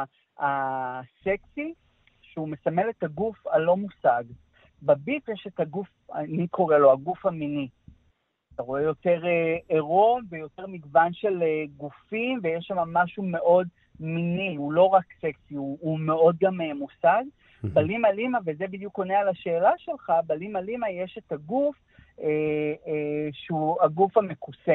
Speaker 6: הסקסי, שהוא מסמל את הגוף הלא מושג. בביף יש את הגוף, אני קורא לו, הגוף המיני. אתה רואה יותר עירום ויותר מגוון של גופים, ויש שם משהו מאוד מיני, הוא לא רק סקסי, הוא, הוא מאוד גם מושג. בלימה לימה, וזה בדיוק עונה על השאלה שלך, בלימה לימה יש את הגוף אה, אה, שהוא הגוף המכוסה.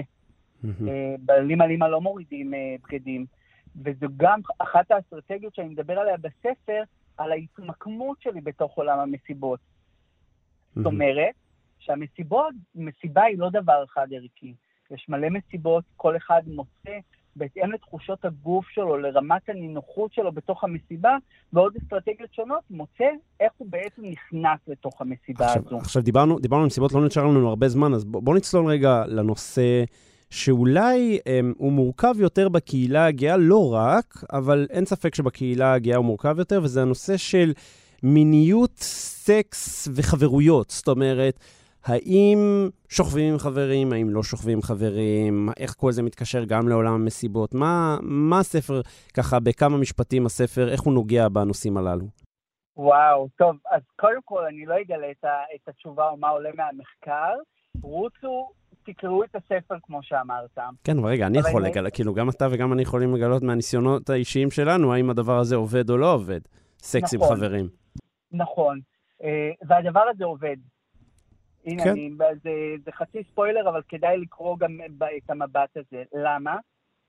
Speaker 6: בלימה לימה לא מורידים בגדים, וזו גם אחת האסטרטגיות שאני מדבר עליה בספר, על ההתמקמות שלי בתוך עולם המסיבות. זאת אומרת, שהמסיבות, מסיבה היא לא דבר אחד ערכי. יש מלא מסיבות, כל אחד מוצא בהתאם לתחושות הגוף שלו, לרמת הנינוחות שלו בתוך המסיבה, ועוד אסטרטגיות שונות, מוצא איך הוא בעצם נכנס לתוך המסיבה
Speaker 2: עכשיו,
Speaker 6: הזו.
Speaker 2: עכשיו דיברנו, דיברנו על מסיבות, לא נשאר לנו הרבה זמן, אז בוא, בוא נצלול רגע לנושא שאולי um, הוא מורכב יותר בקהילה הגאה, לא רק, אבל אין ספק שבקהילה הגאה הוא מורכב יותר, וזה הנושא של מיניות, סקס וחברויות. זאת אומרת, האם שוכבים עם חברים, האם לא שוכבים עם חברים, איך כל זה מתקשר גם לעולם המסיבות, מה, מה הספר, ככה בכמה משפטים הספר, איך הוא נוגע בנושאים הללו?
Speaker 6: וואו, טוב, אז קודם כל אני לא אגלה את, ה, את התשובה או מה עולה מהמחקר, רוצו, תקראו את הספר כמו שאמרת.
Speaker 2: כן, אבל רגע, אני יכול לגלות, כאילו גם אתה וגם אני יכולים לגלות מהניסיונות האישיים שלנו, האם הדבר הזה עובד או לא עובד, סקס עם חברים.
Speaker 6: נכון, והדבר הזה עובד. הנה, כן. אני, זה, זה חצי ספוילר, אבל כדאי לקרוא גם את המבט הזה. למה?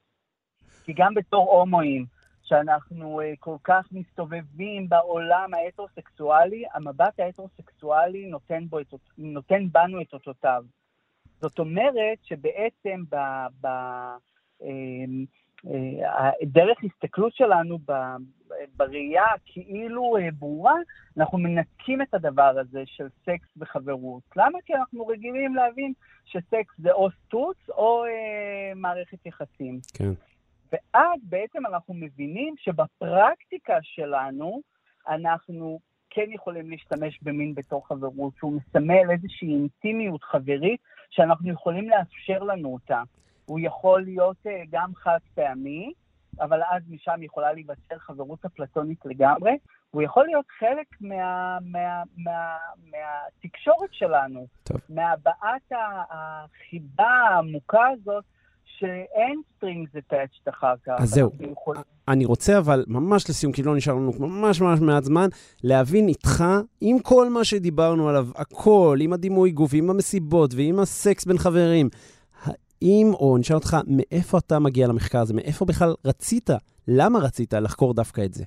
Speaker 6: כי גם בתור הומואים, שאנחנו uh, כל כך מסתובבים בעולם ההטרוסקסואלי, המבט ההטרוסקסואלי נותן, בו את, נותן בנו את אותותיו. זאת אומרת שבעצם ב, ב, uh, uh, דרך הסתכלות שלנו ב, בראייה כאילו uh, ברורה, אנחנו מנתקים את הדבר הזה של סקס וחברות. למה? כי אנחנו רגילים להבין שסקס זה או סטוץ או uh, מערכת יחסים.
Speaker 2: כן.
Speaker 6: ואז בעצם אנחנו מבינים שבפרקטיקה שלנו אנחנו כן יכולים להשתמש במין בתור חברות, שהוא מסמל איזושהי אינטימיות חברית שאנחנו יכולים לאפשר לנו אותה. הוא יכול להיות גם חד פעמי, אבל אז משם יכולה להיווצר חברות הפלטונית לגמרי, הוא יכול להיות חלק מה, מה, מה, מהתקשורת שלנו, טוב. מהבעת החיבה העמוקה הזאת, שאין סטרינגס attached אחר כך.
Speaker 2: אז זהו, יכול... אני רוצה אבל ממש לסיום, כי לא נשאר לנו ממש ממש מעט זמן, להבין איתך, עם כל מה שדיברנו עליו, הכל, עם הדימוי גוף, עם המסיבות ועם הסקס בין חברים, האם, או נשאל אותך, מאיפה אתה מגיע למחקר הזה? מאיפה בכלל רצית? למה רצית לחקור דווקא את זה?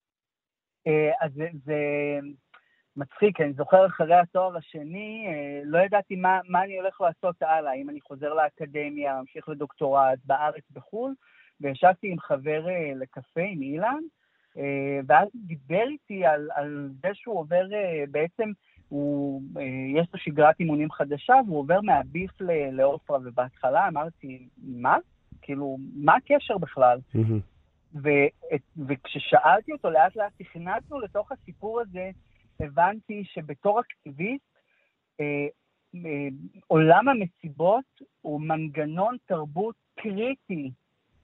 Speaker 6: אז זה... זה... מצחיק, אני זוכר אחרי התואר השני, לא ידעתי מה, מה אני הולך לעשות הלאה, אם אני חוזר לאקדמיה, ממשיך לדוקטורט בארץ בחול, וישבתי עם חבר לקפה, עם אילן, ואז דיבר איתי על, על זה שהוא עובר בעצם, הוא, יש לו שגרת אימונים חדשה, והוא עובר מהביף לאופרה, ובהתחלה אמרתי, מה? כאילו, מה הקשר בכלל? ו, וכששאלתי אותו, לאט לאט תכנתנו לתוך הסיפור הזה, הבנתי שבתור אקטיביסט, אה, אה, עולם המסיבות הוא מנגנון תרבות קריטי,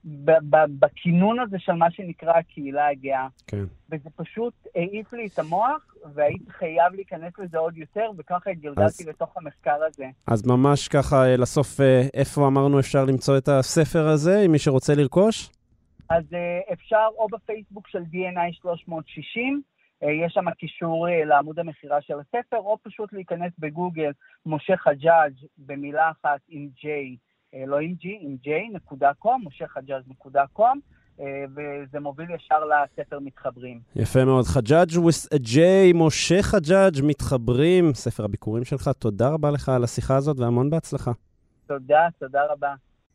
Speaker 6: בכינון הזה של מה שנקרא הקהילה הגאה. כן. וזה פשוט העיף לי את המוח, והייתי חייב להיכנס לזה עוד יותר, וככה התגלגלתי אז, לתוך המחקר הזה. אז
Speaker 2: ממש ככה לסוף, איפה אמרנו אפשר למצוא את הספר הזה, אם מי שרוצה לרכוש?
Speaker 6: אז אפשר או בפייסבוק של די אן איי שלוש מאות שישים, יש שם קישור לעמוד המחירה של הספר, או פשוט להיכנס בגוגל, משה חג'אג' במילה אחת עם J, לא עם G, עם J, נקודה קום, משה חג'אג' נקודה קום, וזה מוביל ישר לספר מתחברים.
Speaker 2: יפה מאוד. חג'אג' with a J, משה חג'אג' מתחברים, ספר הביקורים שלך. תודה רבה לך על השיחה הזאת, והמון בהצלחה.
Speaker 6: תודה, תודה רבה.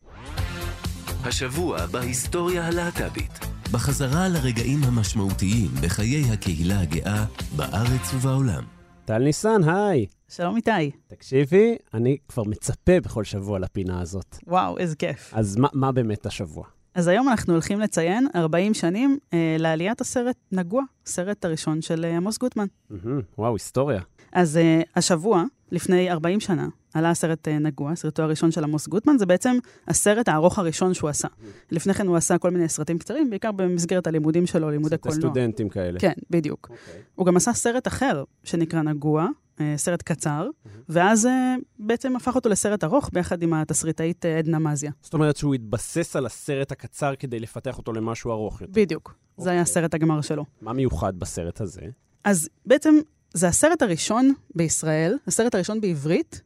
Speaker 1: השבוע בהיסטוריה הלהט"בית. בחזרה לרגעים המשמעותיים בחיי הקהילה הגאה בארץ ובעולם.
Speaker 2: טל ניסן, היי.
Speaker 7: שלום איתי.
Speaker 2: תקשיבי, אני כבר מצפה בכל שבוע לפינה הזאת.
Speaker 7: וואו, איזה כיף.
Speaker 2: אז מה, מה באמת השבוע?
Speaker 7: אז היום אנחנו הולכים לציין ארבעים שנים אה, לעליית הסרט נגוע, הסרט הראשון של אה, עמוס גוטמן.
Speaker 2: Mm-hmm, וואו, היסטוריה.
Speaker 7: אז אה, השבוע, לפני ארבעים שנה, עלה הסרט אה, נגוע, הסרטו הראשון של עמוס גוטמן, זה בעצם הסרט הארוך הראשון שהוא עשה. Mm-hmm. לפני כן הוא עשה כל מיני סרטים קצרים, בעיקר במסגרת הלימודים שלו, לימודי קולנוע.
Speaker 2: סטודנטים כאלה.
Speaker 7: כן, בדיוק. Okay. הוא גם עשה סרט אחר שנקרא נגוע, סרט קצר, ואז בעצם הפך אותו לסרט ארוך ביחד עם התסריטאית עדנה מזיה.
Speaker 2: זאת אומרת שהוא התבסס על הסרט הקצר כדי לפתח אותו למשהו ארוך יותר.
Speaker 7: בדיוק. זה היה הסרט הגמר שלו.
Speaker 2: מה מיוחד בסרט הזה?
Speaker 7: אז בעצם זה הסרט הראשון בישראל, הסרט הראשון בעברית,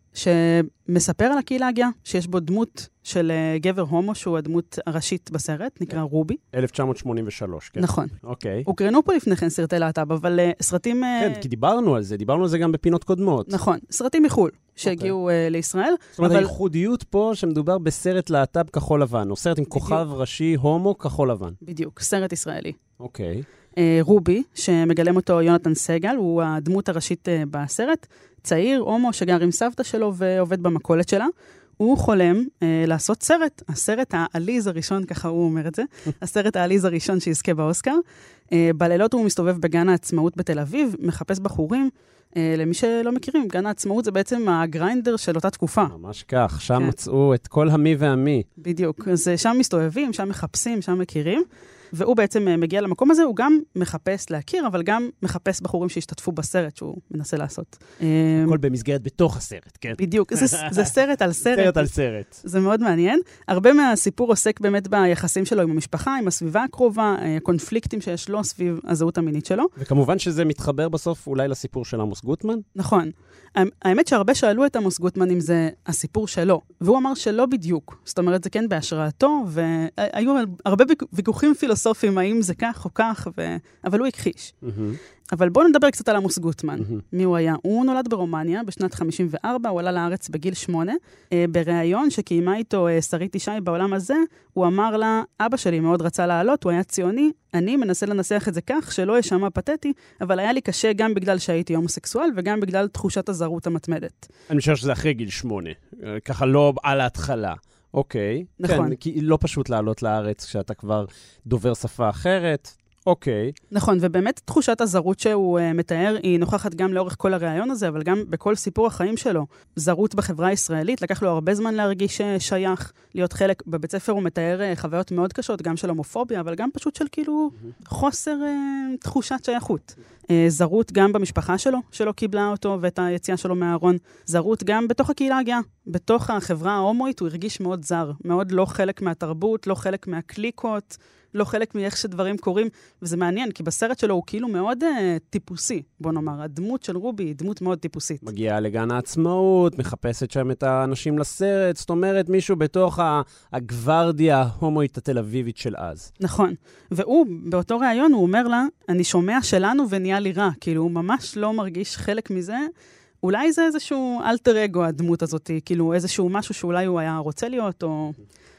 Speaker 7: שמספר על הקהילה הגאה, שיש בו דמות של גבר הומו, שהוא הדמות הראשית בסרט, נקרא רובי.
Speaker 2: אלף תשע מאות שמונים ושלוש, כן.
Speaker 7: נכון.
Speaker 2: אוקיי.
Speaker 7: הוקרנו פה לפני כן סרטי להט"ב, אבל סרטים...
Speaker 2: כן, כי דיברנו על זה, דיברנו על זה גם בפינות קודמות.
Speaker 7: נכון, סרטים מחול, שהגיעו לישראל.
Speaker 2: זאת אומרת, הייחודיות פה שמדובר בסרט להט"ב כחול לבן, או סרט עם כוכב ראשי הומו כחול לבן.
Speaker 7: בדיוק, סרט ישראלי.
Speaker 2: אוקיי.
Speaker 7: רובי, שמגלם אותו יונתן סגל, הוא הדמות הראשית בסרט, צעיר, הומו, שגר עם סבתא שלו ועובד במכולת שלה. הוא חולם אה, לעשות סרט, הסרט העליז הראשון, ככה הוא אומר את זה, הסרט העליז הראשון שיזכה באוסקר. אה, בלילות הוא מסתובב בגן העצמאות בתל אביב, מחפש בחורים. אה, למי שלא מכירים, גן העצמאות זה בעצם הגריינדר של אותה תקופה.
Speaker 2: ממש כך, שם כן. מצאו את כל המי והמי.
Speaker 7: בדיוק, אז שם מסתובבים, שם מחפשים, שם מכירים. והוא בעצם מגיע למקום הזה, הוא גם מחפש להכיר, אבל גם מחפש בחורים שהשתתפו בסרט שהוא מנסה לעשות.
Speaker 2: הכל במסגרת בתוך הסרט, כן?
Speaker 7: בדיוק, זה, זה סרט על סרט.
Speaker 2: סרט על סרט.
Speaker 7: זה מאוד מעניין. הרבה מהסיפור עוסק באמת ביחסים שלו עם המשפחה, עם הסביבה הקרובה, הקונפליקטים שיש לו סביב הזהות המינית שלו.
Speaker 2: וכמובן שזה מתחבר בסוף אולי לסיפור של עמוס גוטמן.
Speaker 7: נכון. האמת שהרבה שאלו את עמוס גוטמן אם זה הסיפור שלו, והוא אמר שלא בדיוק. זאת אומרת, זה כן בהשראתו, והיו הרבה ויכוחים פילוסופיים, האם זה כך או כך, ו... אבל הוא הכחיש. אבל בואו נדבר קצת על עמוס גוטמן. מי הוא היה? הוא נולד ברומניה בשנת חמישים וארבע, הוא עלה לארץ בגיל שמונה. בריאיון שקיימה איתו שרית ישי בעולם הזה, הוא אמר לה, אבא שלי מאוד רצה לעלות, הוא היה ציוני, אני מנסה לנסח את זה כך שלא ישמע פתטי, אבל היה לי קשה גם בגלל שהייתי הומוסקסואל, וגם בגלל תחושת הזרות המתמדת.
Speaker 2: אני חושב שזה אחרי גיל שמונה, ככה לא על ההתחלה. אוקיי.
Speaker 7: נכון.
Speaker 2: כן, כי לא פשוט לעלות לארץ כשאתה כבר דובר שפה אחרת. אוקיי.
Speaker 7: נכון, ובאמת תחושת הזרות שהוא uh, מתאר היא נוכחת גם לאורך כל הרעיון הזה, אבל גם בכל סיפור החיים שלו. זרות בחברה הישראלית, לקח לו הרבה זמן להרגיש שייך, להיות חלק. בבית ספר הוא מתאר uh, חוויות מאוד קשות, גם של הומופוביה, אבל גם פשוט של כאילו mm-hmm. חוסר uh, תחושת שייכות. Uh, זרות גם במשפחה שלו, שלא קיבלה אותו ואת היציאה שלו מהארון. זרות גם בתוך הקהילה הגאה. בתוך החברה ההומואית הוא הרגיש מאוד זר, מאוד לא חלק מהתרבות, לא חלק מהקליקות, לא חלק מאיך שדברים קורים, וזה מעניין, כי בסרט שלו הוא כאילו מאוד uh, טיפוסי, בוא נאמר. הדמות של רובי היא דמות מאוד טיפוסית.
Speaker 2: מגיעה לגן העצמאות, מחפשת שם את האנשים לסרט, זאת אומרת מישהו בתוך הגוורדיה ההומואית התל אביבית של אז.
Speaker 7: נכון, והוא, באותו ראיון, הוא אומר לה, אני שומע שלנו ונהיה לי רע, כאילו הוא ממש לא מרגיש חלק מזה, אולי זה איזשהו אלטר אגו הדמות הזאת, כאילו איזשהו משהו שאולי הוא היה רוצה להיות, או...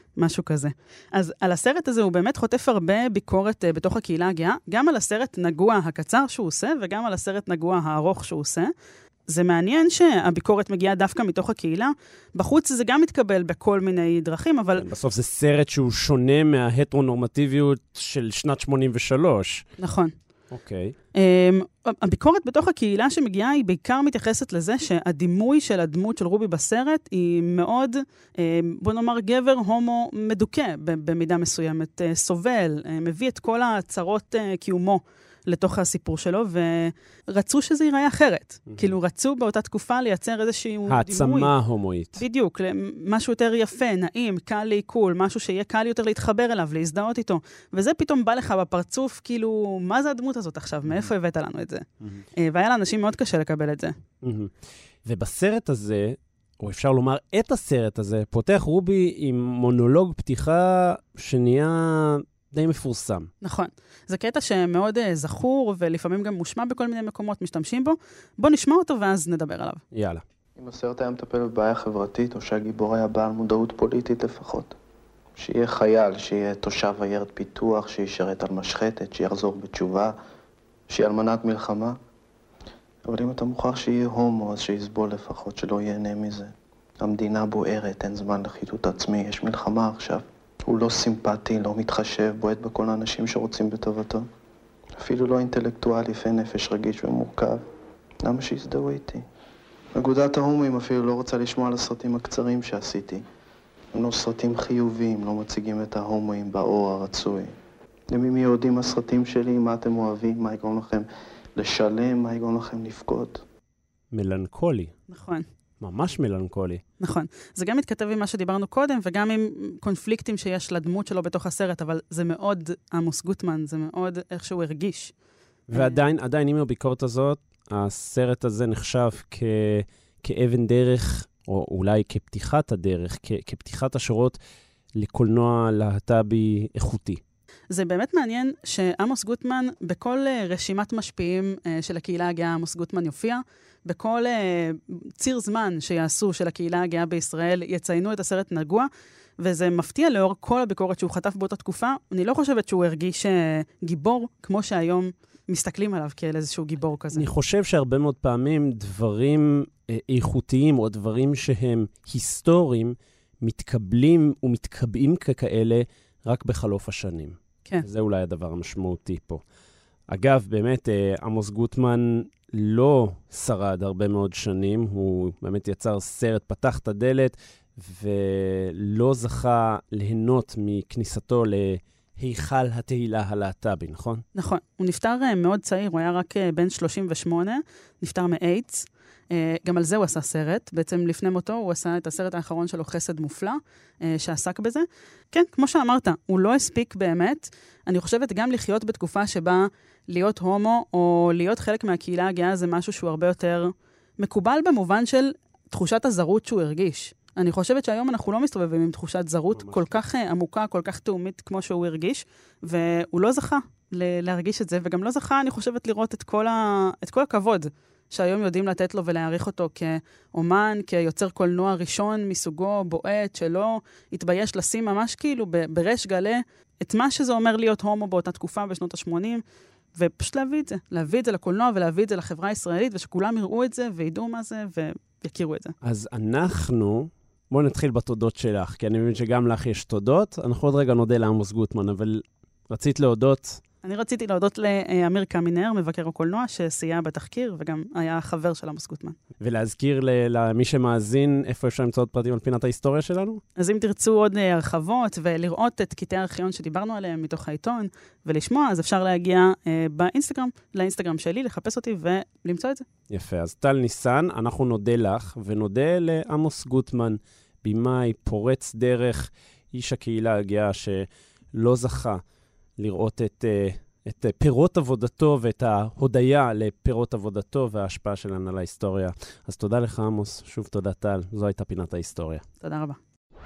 Speaker 7: משהו כזה. אז על הסרט הזה הוא באמת חוטף הרבה ביקורת uh, בתוך הקהילה הגאה, גם על הסרט נגוע הקצר שהוא עושה, וגם על הסרט נגוע הארוך שהוא עושה. זה מעניין שהביקורת מגיעה דווקא מתוך הקהילה. בחוץ זה גם מתקבל בכל מיני דרכים, אבל...
Speaker 2: בסוף זה סרט שהוא שונה מההטרונורמטיביות של שנת שמונים ושלוש.
Speaker 7: נכון.
Speaker 2: אוקיי.
Speaker 7: Um, הביקורת בתוך הקהילה שמגיעה היא בעיקר מתייחסת לזה שהדימוי של הדמות של רובי בסרט היא מאוד, um, בוא נאמר, גבר הומו מדוכא במידה מסוימת, uh, סובל, uh, מביא את כל הצרות uh, קיומו לתוך הסיפור שלו, ורצו שזה ייראה אחרת. Mm-hmm. כאילו רצו באותה תקופה לייצר איזשהו דימוי.
Speaker 2: העצמה הומואית.
Speaker 7: בדיוק, משהו יותר יפה, נעים, קל לעיכול, משהו שיהיה קל יותר להתחבר אליו, להזדהות איתו. וזה פתאום בא לך בפרצוף, כאילו, מה זה הדמות הזאת עכשיו? Mm-hmm. מאיפה הבאת לנו את זה? Mm-hmm. והיה לאנשים מאוד קשה לקבל את זה.
Speaker 2: Mm-hmm. ובסרט הזה, או אפשר לומר את הסרט הזה, פותח רובי עם מונולוג פתיחה שנהיה... די מפורסם.
Speaker 7: נכון. זה קטע שמאוד uh, זכור, ולפעמים גם מושמע בכל מיני מקומות משתמשים בו. בוא נשמע אותו ואז נדבר עליו.
Speaker 2: יאללה.
Speaker 8: אם הסרט היה מטפל בבעיה חברתית, או שהגיבור היה בעל מודעות פוליטית לפחות. שיהיה חייל, שיהיה תושב עיירת פיתוח, שישרת על משחטת, שיחזור בתשובה, שיהיה אלמנת מלחמה. אבל אם אתה מוכרח שיהיה הומו, אז שיסבול לפחות, שלא ייהנה מזה. המדינה בוערת, אין זמן לחיתות עצמי, יש מלחמה עכשיו. הוא לא סימפטי, לא מתחשב, בועט בכל האנשים שרוצים בטובתו. אפילו לא אינטלקטואל, יפה נפש, רגיש ומורכב. למה שיזדהו איתי? אגודת ההומואים אפילו לא רוצה לשמוע על הסרטים הקצרים שעשיתי. הם לא סרטים חיוביים, לא מציגים את ההומואים באור הרצוי. למי מי יודעים הסרטים שלי, מה אתם אוהבים, מה יגרום לכם לשלם, מה יגרום לכם לבכות.
Speaker 2: מלנכולי.
Speaker 7: נכון.
Speaker 2: ממש מלנכולי.
Speaker 7: נכון. זה גם מתכתב עם מה שדיברנו קודם, וגם עם קונפליקטים שיש לדמות שלו בתוך הסרט, אבל זה מאוד עמוס גוטמן, זה מאוד איך שהוא הרגיש.
Speaker 2: ועדיין, עדיין עם הביקורת הזאת, הסרט הזה נחשב כ... כאבן דרך, או אולי כפתיחת הדרך, כ... כפתיחת השורות לקולנוע להט"בי איכותי.
Speaker 7: זה באמת מעניין שעמוס גוטמן, בכל רשימת משפיעים של הקהילה הגאה, עמוס גוטמן יופיע, בכל ציר זמן שיעשו של הקהילה הגאה בישראל, יציינו את הסרט נגוע, וזה מפתיע לאור כל הביקורת שהוא חטף באותה תקופה. אני לא חושבת שהוא הרגיש גיבור, כמו שהיום מסתכלים עליו כאל איזשהו גיבור כזה.
Speaker 2: אני חושב שהרבה מאוד פעמים דברים איכותיים, או דברים שהם היסטוריים, מתקבלים ומתקבעים ככאלה רק בחלוף השנים.
Speaker 7: כן.
Speaker 2: זה אולי הדבר המשמעותי פה. אגב, באמת, עמוס גוטמן לא שרד הרבה מאוד שנים, הוא באמת יצר סרט, פתח את הדלת, ולא זכה ליהנות מכניסתו להיכל התהילה הלהט"בי, נכון?
Speaker 7: נכון. הוא נפטר מאוד צעיר, הוא היה רק בן שלושים ושמונה, נפטר מאיידס. גם על זה הוא עשה סרט. בעצם לפני מותו הוא עשה את הסרט האחרון שלו, חסד מופלא, שעסק בזה. כן, כמו שאמרת, הוא לא הספיק באמת. אני חושבת גם לחיות בתקופה שבה להיות הומו או להיות חלק מהקהילה הגאה זה משהו שהוא הרבה יותר מקובל במובן של תחושת הזרות שהוא הרגיש. אני חושבת שהיום אנחנו לא מסתובבים עם תחושת זרות כל כך עמוקה, כל כך תאומית כמו שהוא הרגיש, והוא לא זכה להרגיש את זה, וגם לא זכה, אני חושבת, לראות את כל, ה... את כל הכבוד שהיום יודעים לתת לו ולהעריך אותו כאומן, כיוצר קולנוע ראשון מסוגו, בועט, שלא התבייש לשים ממש כאילו ברש גלה את מה שזה אומר להיות הומו באותה תקופה בשנות ה-שמונים, ופשוט להביא את זה, להביא את זה לקולנוע ולהביא את זה לחברה הישראלית, ושכולם יראו את זה וידעו מה זה ויכירו את זה.
Speaker 2: אז אנחנו, בואו נתחיל בתודות שלך, כי אני מבין שגם לך יש תודות. אנחנו עוד רגע נודה לעמוס גוטמן, אבל רצית להודות...
Speaker 7: אני רציתי להודות לאמיר קמינר, מבקר הקולנוע, שסייע בתחקיר, וגם היה חבר של עמוס גוטמן.
Speaker 2: ולהזכיר למי שמאזין, איפה אפשר למצוא עוד פרטים על פינת ההיסטוריה שלנו?
Speaker 7: אז אם תרצו עוד הרחבות, ולראות את קטעי הארכיון שדיברנו עליהם מתוך העיתון, ולשמוע, אז אפשר להגיע באינסטגרם, לאינסטגרם שלי, לחפש אותי ולמצוא את זה.
Speaker 2: יפה, אז טל ניסן, אנחנו נודה לך, ונודה לעמוס גוטמן, בימאי, פורץ דרך, איש הקהילה הגאה שלא זכה לראות את, את פירות עבודתו ואת ההודיה לפירות עבודתו וההשפעה שלנו על ההיסטוריה. אז תודה לך, עמוס. שוב תודה, טל. זו הייתה פינת ההיסטוריה.
Speaker 7: תודה רבה.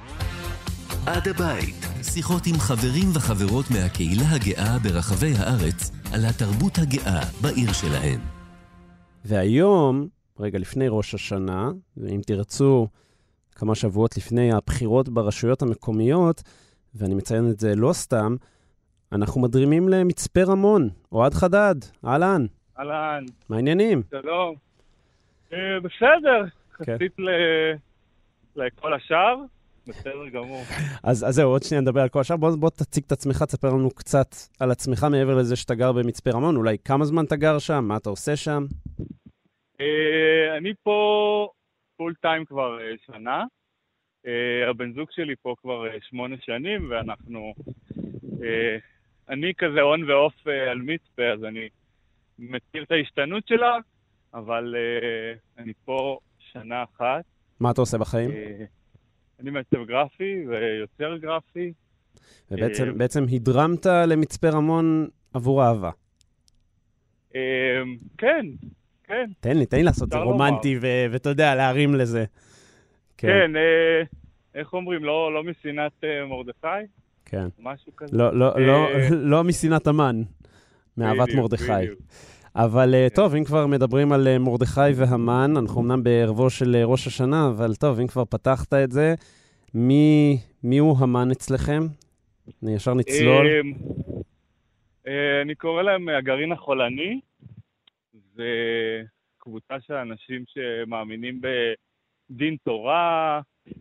Speaker 1: עד הבית. שיחות עם חברים וחברות מהקהילה הגאה ברחבי הארץ על התרבות הגאה בעיר שלהם.
Speaker 2: והיום, רגע לפני ראש השנה, ואם תרצו כמה שבועות לפני הבחירות ברשויות המקומיות, ואני מציין את זה לא סתם, אנחנו מדרימים למצפה רמון, אוהד חדד, אהלן.
Speaker 9: אהלן.
Speaker 2: מה העניינים?
Speaker 9: שלום. אה, בסדר, חצית לכל השאר, בסדר גמור.
Speaker 2: אז, אז זהו, עוד שנייה נדבר על כל השאר. בוא, בוא תציג את עצמך, תספר לנו קצת על עצמך מעבר לזה שאתה גר במצפה רמון. אולי כמה זמן אתה גר שם? מה אתה עושה שם?
Speaker 9: אה, אני פה פול טיים כבר אה, שנה. אה, הבן זוג שלי פה כבר אה, שמונה שנים, ואנחנו... אה, אני כזה און ואוף אה, על מצפה, אז אני מכיר את ההשתנות שלה, אבל אה, אני פה שנה אחת.
Speaker 2: מה אתה עושה בחיים?
Speaker 9: אה, אני מעצב גרפי ויוצר גרפי.
Speaker 2: ובעצם אה, בעצם הדרמת למצפה רמון עבור אהבה.
Speaker 9: אה, כן, כן.
Speaker 2: תן לי, תן לי לעשות זה רומנטי ו- ואתה יודע, להרים לזה.
Speaker 9: כן, כן אה, איך אומרים, לא, לא מסינת אה, מרדכי?
Speaker 2: כן.
Speaker 9: משהו כזה.
Speaker 2: לא, לא,
Speaker 9: אה,
Speaker 2: לא, לא מסינת המן, מאהבת
Speaker 9: בדיוק,
Speaker 2: מרדכי.
Speaker 9: בדיוק.
Speaker 2: אבל כן. טוב, אם כבר מדברים על מרדכי והמן, אנחנו אמנם בערבו של ראש השנה, אבל טוב, אם כבר פתחת את זה, מי, מי הוא המן אצלכם? אני ישר נצלול.
Speaker 9: אה, אה, אני קורא להם הגרעין החולני. זה קבוצה של אנשים שמאמינים בדין תורה,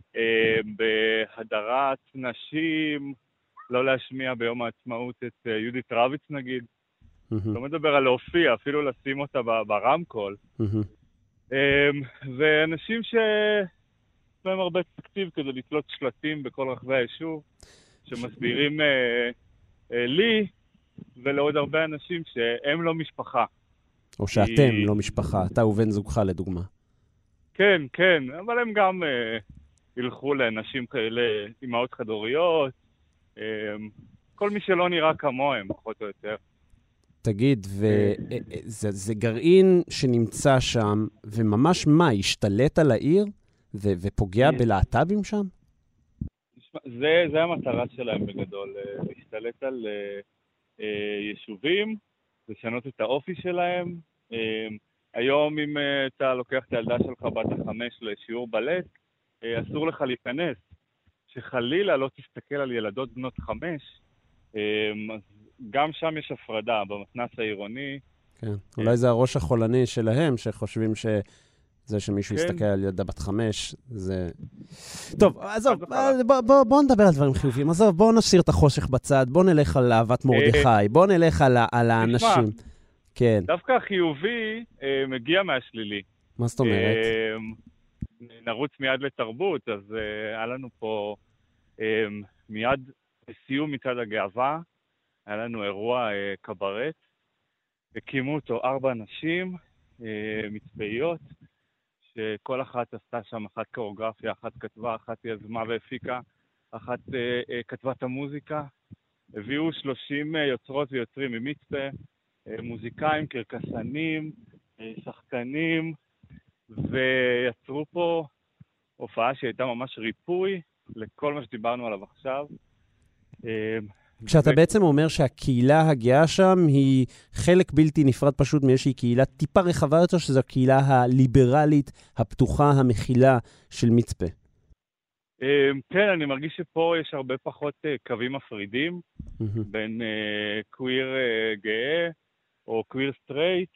Speaker 9: בהדרת נשים, לא להשמיע ביום העצמאות את יהודית רביץ נגיד. לא מדבר על להופיע, אפילו לשים אותה ברמקול. ואנשים שיש להם הרבה תקציב כדי לתלות שלטים בכל רחבי היישוב, שמסבירים לי ולעוד הרבה אנשים שהם לא משפחה.
Speaker 2: או שאתם לא משפחה, אתה ובן זוגך לדוגמה.
Speaker 9: כן, כן, אבל הם גם אה, ילכו לנשים כאלה, אמהות חד-הוריות, אה, כל מי שלא נראה כמוהם, פחות או יותר.
Speaker 2: תגיד, וזה, זה גרעין שנמצא שם, וממש מה, השתלט על העיר ו, ופוגע בלהט"בים שם?
Speaker 9: זה, זה המטרה שלהם בגדול, להשתלט על אה, אה, יישובים, לשנות את האופי שלהם. היום אם אתה לוקח את הילדה שלך בת החמש לשיעור בלט, אסור לך להיכנס. שחלילה לא תסתכל על ילדות בנות חמש, אז גם שם יש הפרדה, במתנ"ס העירוני.
Speaker 2: כן, אולי זה הראש החולני שלהם, שחושבים שזה שמישהו יסתכל על ילדה בת חמש, זה... טוב, עזוב, בואו נדבר על דברים חיוביים. עזוב, בואו נשאיר את החושך בצד, בואו נלך על אהבת מרדכי, בואו נלך על האנשים. כן.
Speaker 9: דווקא החיובי מגיע מהשלילי.
Speaker 2: מה זאת אומרת?
Speaker 9: נרוץ מיד לתרבות, אז היה לנו פה מיד סיום מצד הגאווה, היה לנו אירוע קברט, הקימו אותו ארבע אנשים, מצפאיות, שכל אחת עשתה שם, אחת קוריאוגרפיה, אחת כתבה, אחת יזמה והפיקה, אחת כתבה את המוזיקה. הביאו שלושים יוצרות ויוצרים ממצפה, מוזיקאים, קרקסנים, שחקנים, ויצרו פה הופעה שהייתה ממש ריפוי לכל מה שדיברנו עליו עכשיו.
Speaker 2: כשאתה בעצם אומר שהקהילה הגאה שם היא חלק בלתי נפרד פשוט מאיזושהי קהילה טיפה רחבה יותר, שזו הקהילה הליברלית, הפתוחה, המכילה של מצפה.
Speaker 9: כן, אני מרגיש שפה יש הרבה פחות קווים מפרידים בין קוויר גאה או קוויר סטרייט.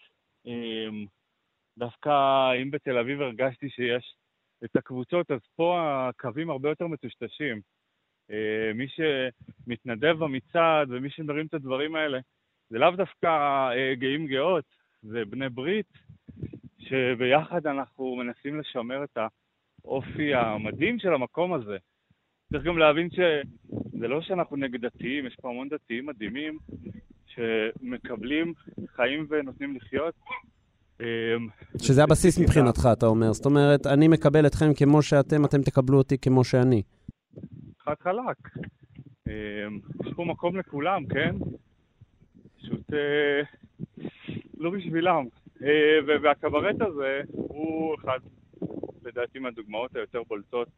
Speaker 9: דווקא אם בתל אביב הרגשתי שיש את הקבוצות, אז פה הקווים הרבה יותר מטושטשים. מי שמתנדב במצעד ומי שמרים את הדברים האלה, זה לאו דווקא גאים גאות, זה בני ברית, שביחד אנחנו מנסים לשמר את האופי המדהים של המקום הזה. צריך גם להבין שזה לא שאנחנו נגד דתיים, יש פה המון דתיים מדהימים שמקבלים חיים ונותנים לחיות.
Speaker 2: שזה הבסיס מבחינתך, אתה אומר. זאת אומרת, אני מקבל אתכם כמו שאתם, אתם תקבלו אותי כמו שאני.
Speaker 9: חד חלק. יש פה מקום לכולם, כן? פשוט לא בשבילם. והקברט הזה הוא אחד, לדעתי, מהדוגמאות היותר בולטות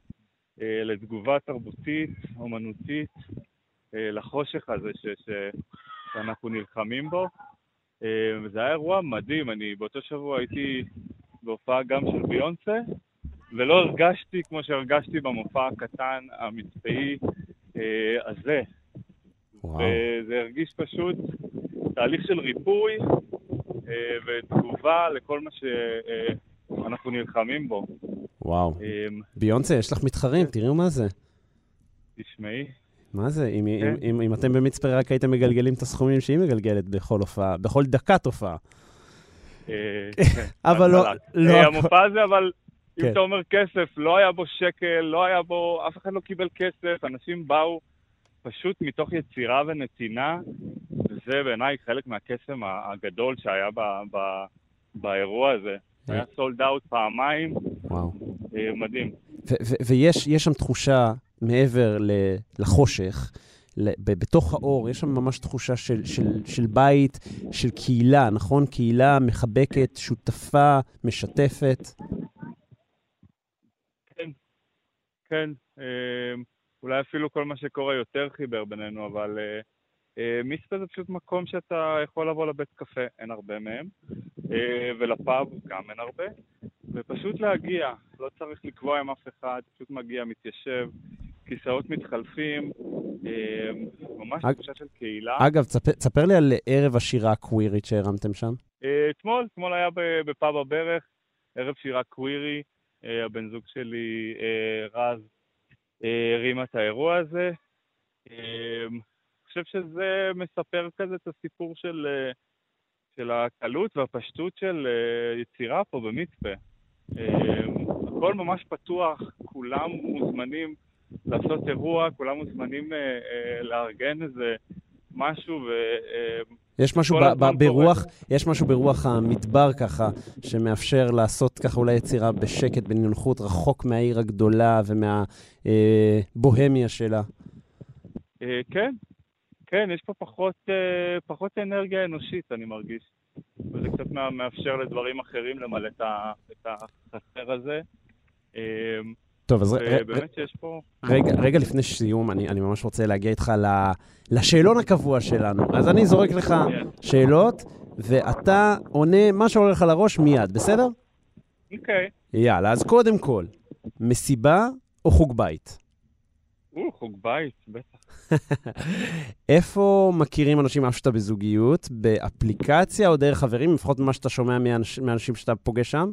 Speaker 9: לתגובה תרבותית, אומנותית, לחושך הזה שאנחנו נלחמים בו. וזה היה אירוע מדהים. אני באותו שבוע הייתי בהופעה גם של ביונסה, ולא הרגשתי כמו שהרגשתי במופע הקטן המצפאי אה, הזה. וואו. וזה הרגיש פשוט תהליך של ריפוי אה, ותגובה לכל מה שאנחנו אה, נלחמים בו.
Speaker 2: וואו. אה, ביונסה, יש לך מתחרים, תראו מה זה.
Speaker 9: תשמעי.
Speaker 2: מה זה? אם, כן. אם, אם, אם אתם במצפה רק הייתם מגלגלים את הסכומים שהיא מגלגלת בכל הופעה, בכל דקת הופעה. אבל לא...
Speaker 9: המופע הזה, אבל אם אתה אומר כסף, לא היה בו שקל, לא היה בו, אף אחד לא קיבל כסף, אנשים באו פשוט מתוך יצירה ונתינה, וזה בעיניי חלק מהקסם הגדול שהיה באירוע הזה. היה סולד אאוט פעמיים, מדהים.
Speaker 2: ויש שם תחושה מעבר לחושך, בתוך האור, יש שם ממש תחושה של, של, של בית, של קהילה, נכון? קהילה מחבקת, שותפה, משתפת.
Speaker 9: כן, כן. אולי אפילו כל מה שקורה יותר חיבר בינינו, אבל מצפה זה פשוט מקום שאתה יכול לבוא לבית קפה, אין הרבה מהם, ולפאב גם אין הרבה, ופשוט להגיע, לא צריך לקבוע עם אף אחד, פשוט מגיע, מתיישב, כיסאות מתחלפים, ממש תחושה של קהילה.
Speaker 2: אגב, תספר לי על ערב השירה הקווירית שהרמתם שם.
Speaker 9: אתמול, אתמול היה בפאב הברך, ערב שירה קווירי, הבן זוג שלי, רז, הרים את האירוע הזה. אני חושב שזה מספר כזה את הסיפור של, של הקלות והפשטות של יצירה פה במצפה. הכל ממש פתוח, כולם מוזמנים לעשות אירוע, כולם מוזמנים אה, אה, לארגן איזה משהו ו... אה,
Speaker 2: יש משהו ב- ב- ברוח, יש משהו ברוח המדבר ככה, שמאפשר לעשות ככה אולי יצירה בשקט, בנינוחות, רחוק מהעיר הגדולה ומהבוהמיה אה, שלה.
Speaker 9: אה, כן, כן, יש פה פחות, אה, פחות אנרגיה אנושית, אני מרגיש. וזה קצת מאפשר לדברים אחרים למלא את החסר הזה. אה,
Speaker 2: טוב, אז
Speaker 9: באמת שיש פה...
Speaker 2: רגע, רגע לפני סיום, אני, אני ממש רוצה להגיע איתך לשאלון הקבוע שלנו. אז אני זורק לך שאלות, ואתה עונה מה שעולה לך לראש מיד, בסדר?
Speaker 9: אוקיי.
Speaker 2: יאללה, אז קודם כל, מסיבה או חוג בית?
Speaker 9: או, חוג בית, בטח.
Speaker 2: איפה מכירים אנשים אף שאתה בזוגיות? באפליקציה או דרך חברים? לפחות מה שאתה שומע מאנשים שאתה פוגש שם?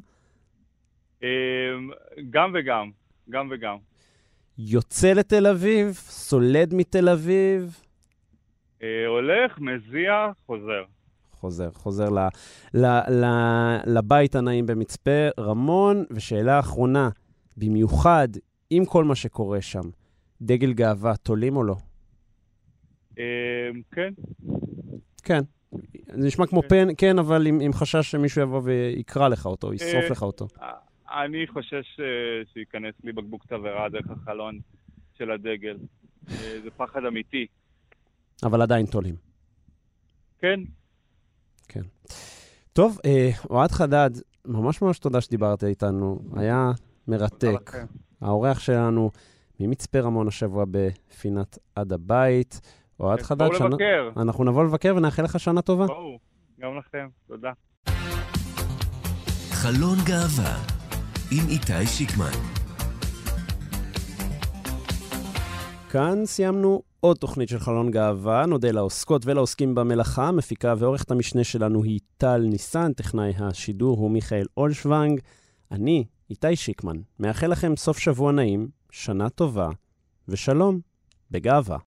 Speaker 9: גם וגם. גם וגם.
Speaker 2: יוצא לתל אביב, סולד מתל אביב.
Speaker 9: אה, הולך, מזיע, חוזר.
Speaker 2: חוזר, חוזר ל, ל, ל, לבית הנעים במצפה רמון. ושאלה אחרונה, במיוחד עם כל מה שקורה שם, דגל גאווה, תולים או לא?
Speaker 9: אה, כן.
Speaker 2: כן. זה נשמע כמו פן, כן, אבל עם, עם חשש שמישהו יבוא ויקרא לך אותו, ישרוף
Speaker 9: אה,
Speaker 2: לך אותו.
Speaker 9: אה. אני חושש שיכנס לי בקבוק תבערה דרך החלון של הדגל. זה פחד אמיתי.
Speaker 2: אבל עדיין תולים.
Speaker 9: כן.
Speaker 2: כן. טוב, אוהד חדד, ממש ממש תודה שדיברת איתנו. היה מרתק. האורח שלנו ממצפה רמון השבוע בפינת עד הבית. אוהד חדד,
Speaker 9: בואו לבקר.
Speaker 2: אנחנו נבוא לבקר ונאחל לך שנה טובה.
Speaker 9: בואו, גם לכם. תודה.
Speaker 1: חלון גאווה עם איתי שיקמן.
Speaker 2: כאן סיימנו עוד תוכנית של חלון גאווה. נודה לעוסקות ולעוסקים במלאכה. מפיקה ועורכת המשנה שלנו היא טל ניסן, טכנאי השידור הוא מיכאל אולשוונג. אני, איתי שיקמן, מאחל לכם סוף שבוע נעים, שנה טובה ושלום בגאווה.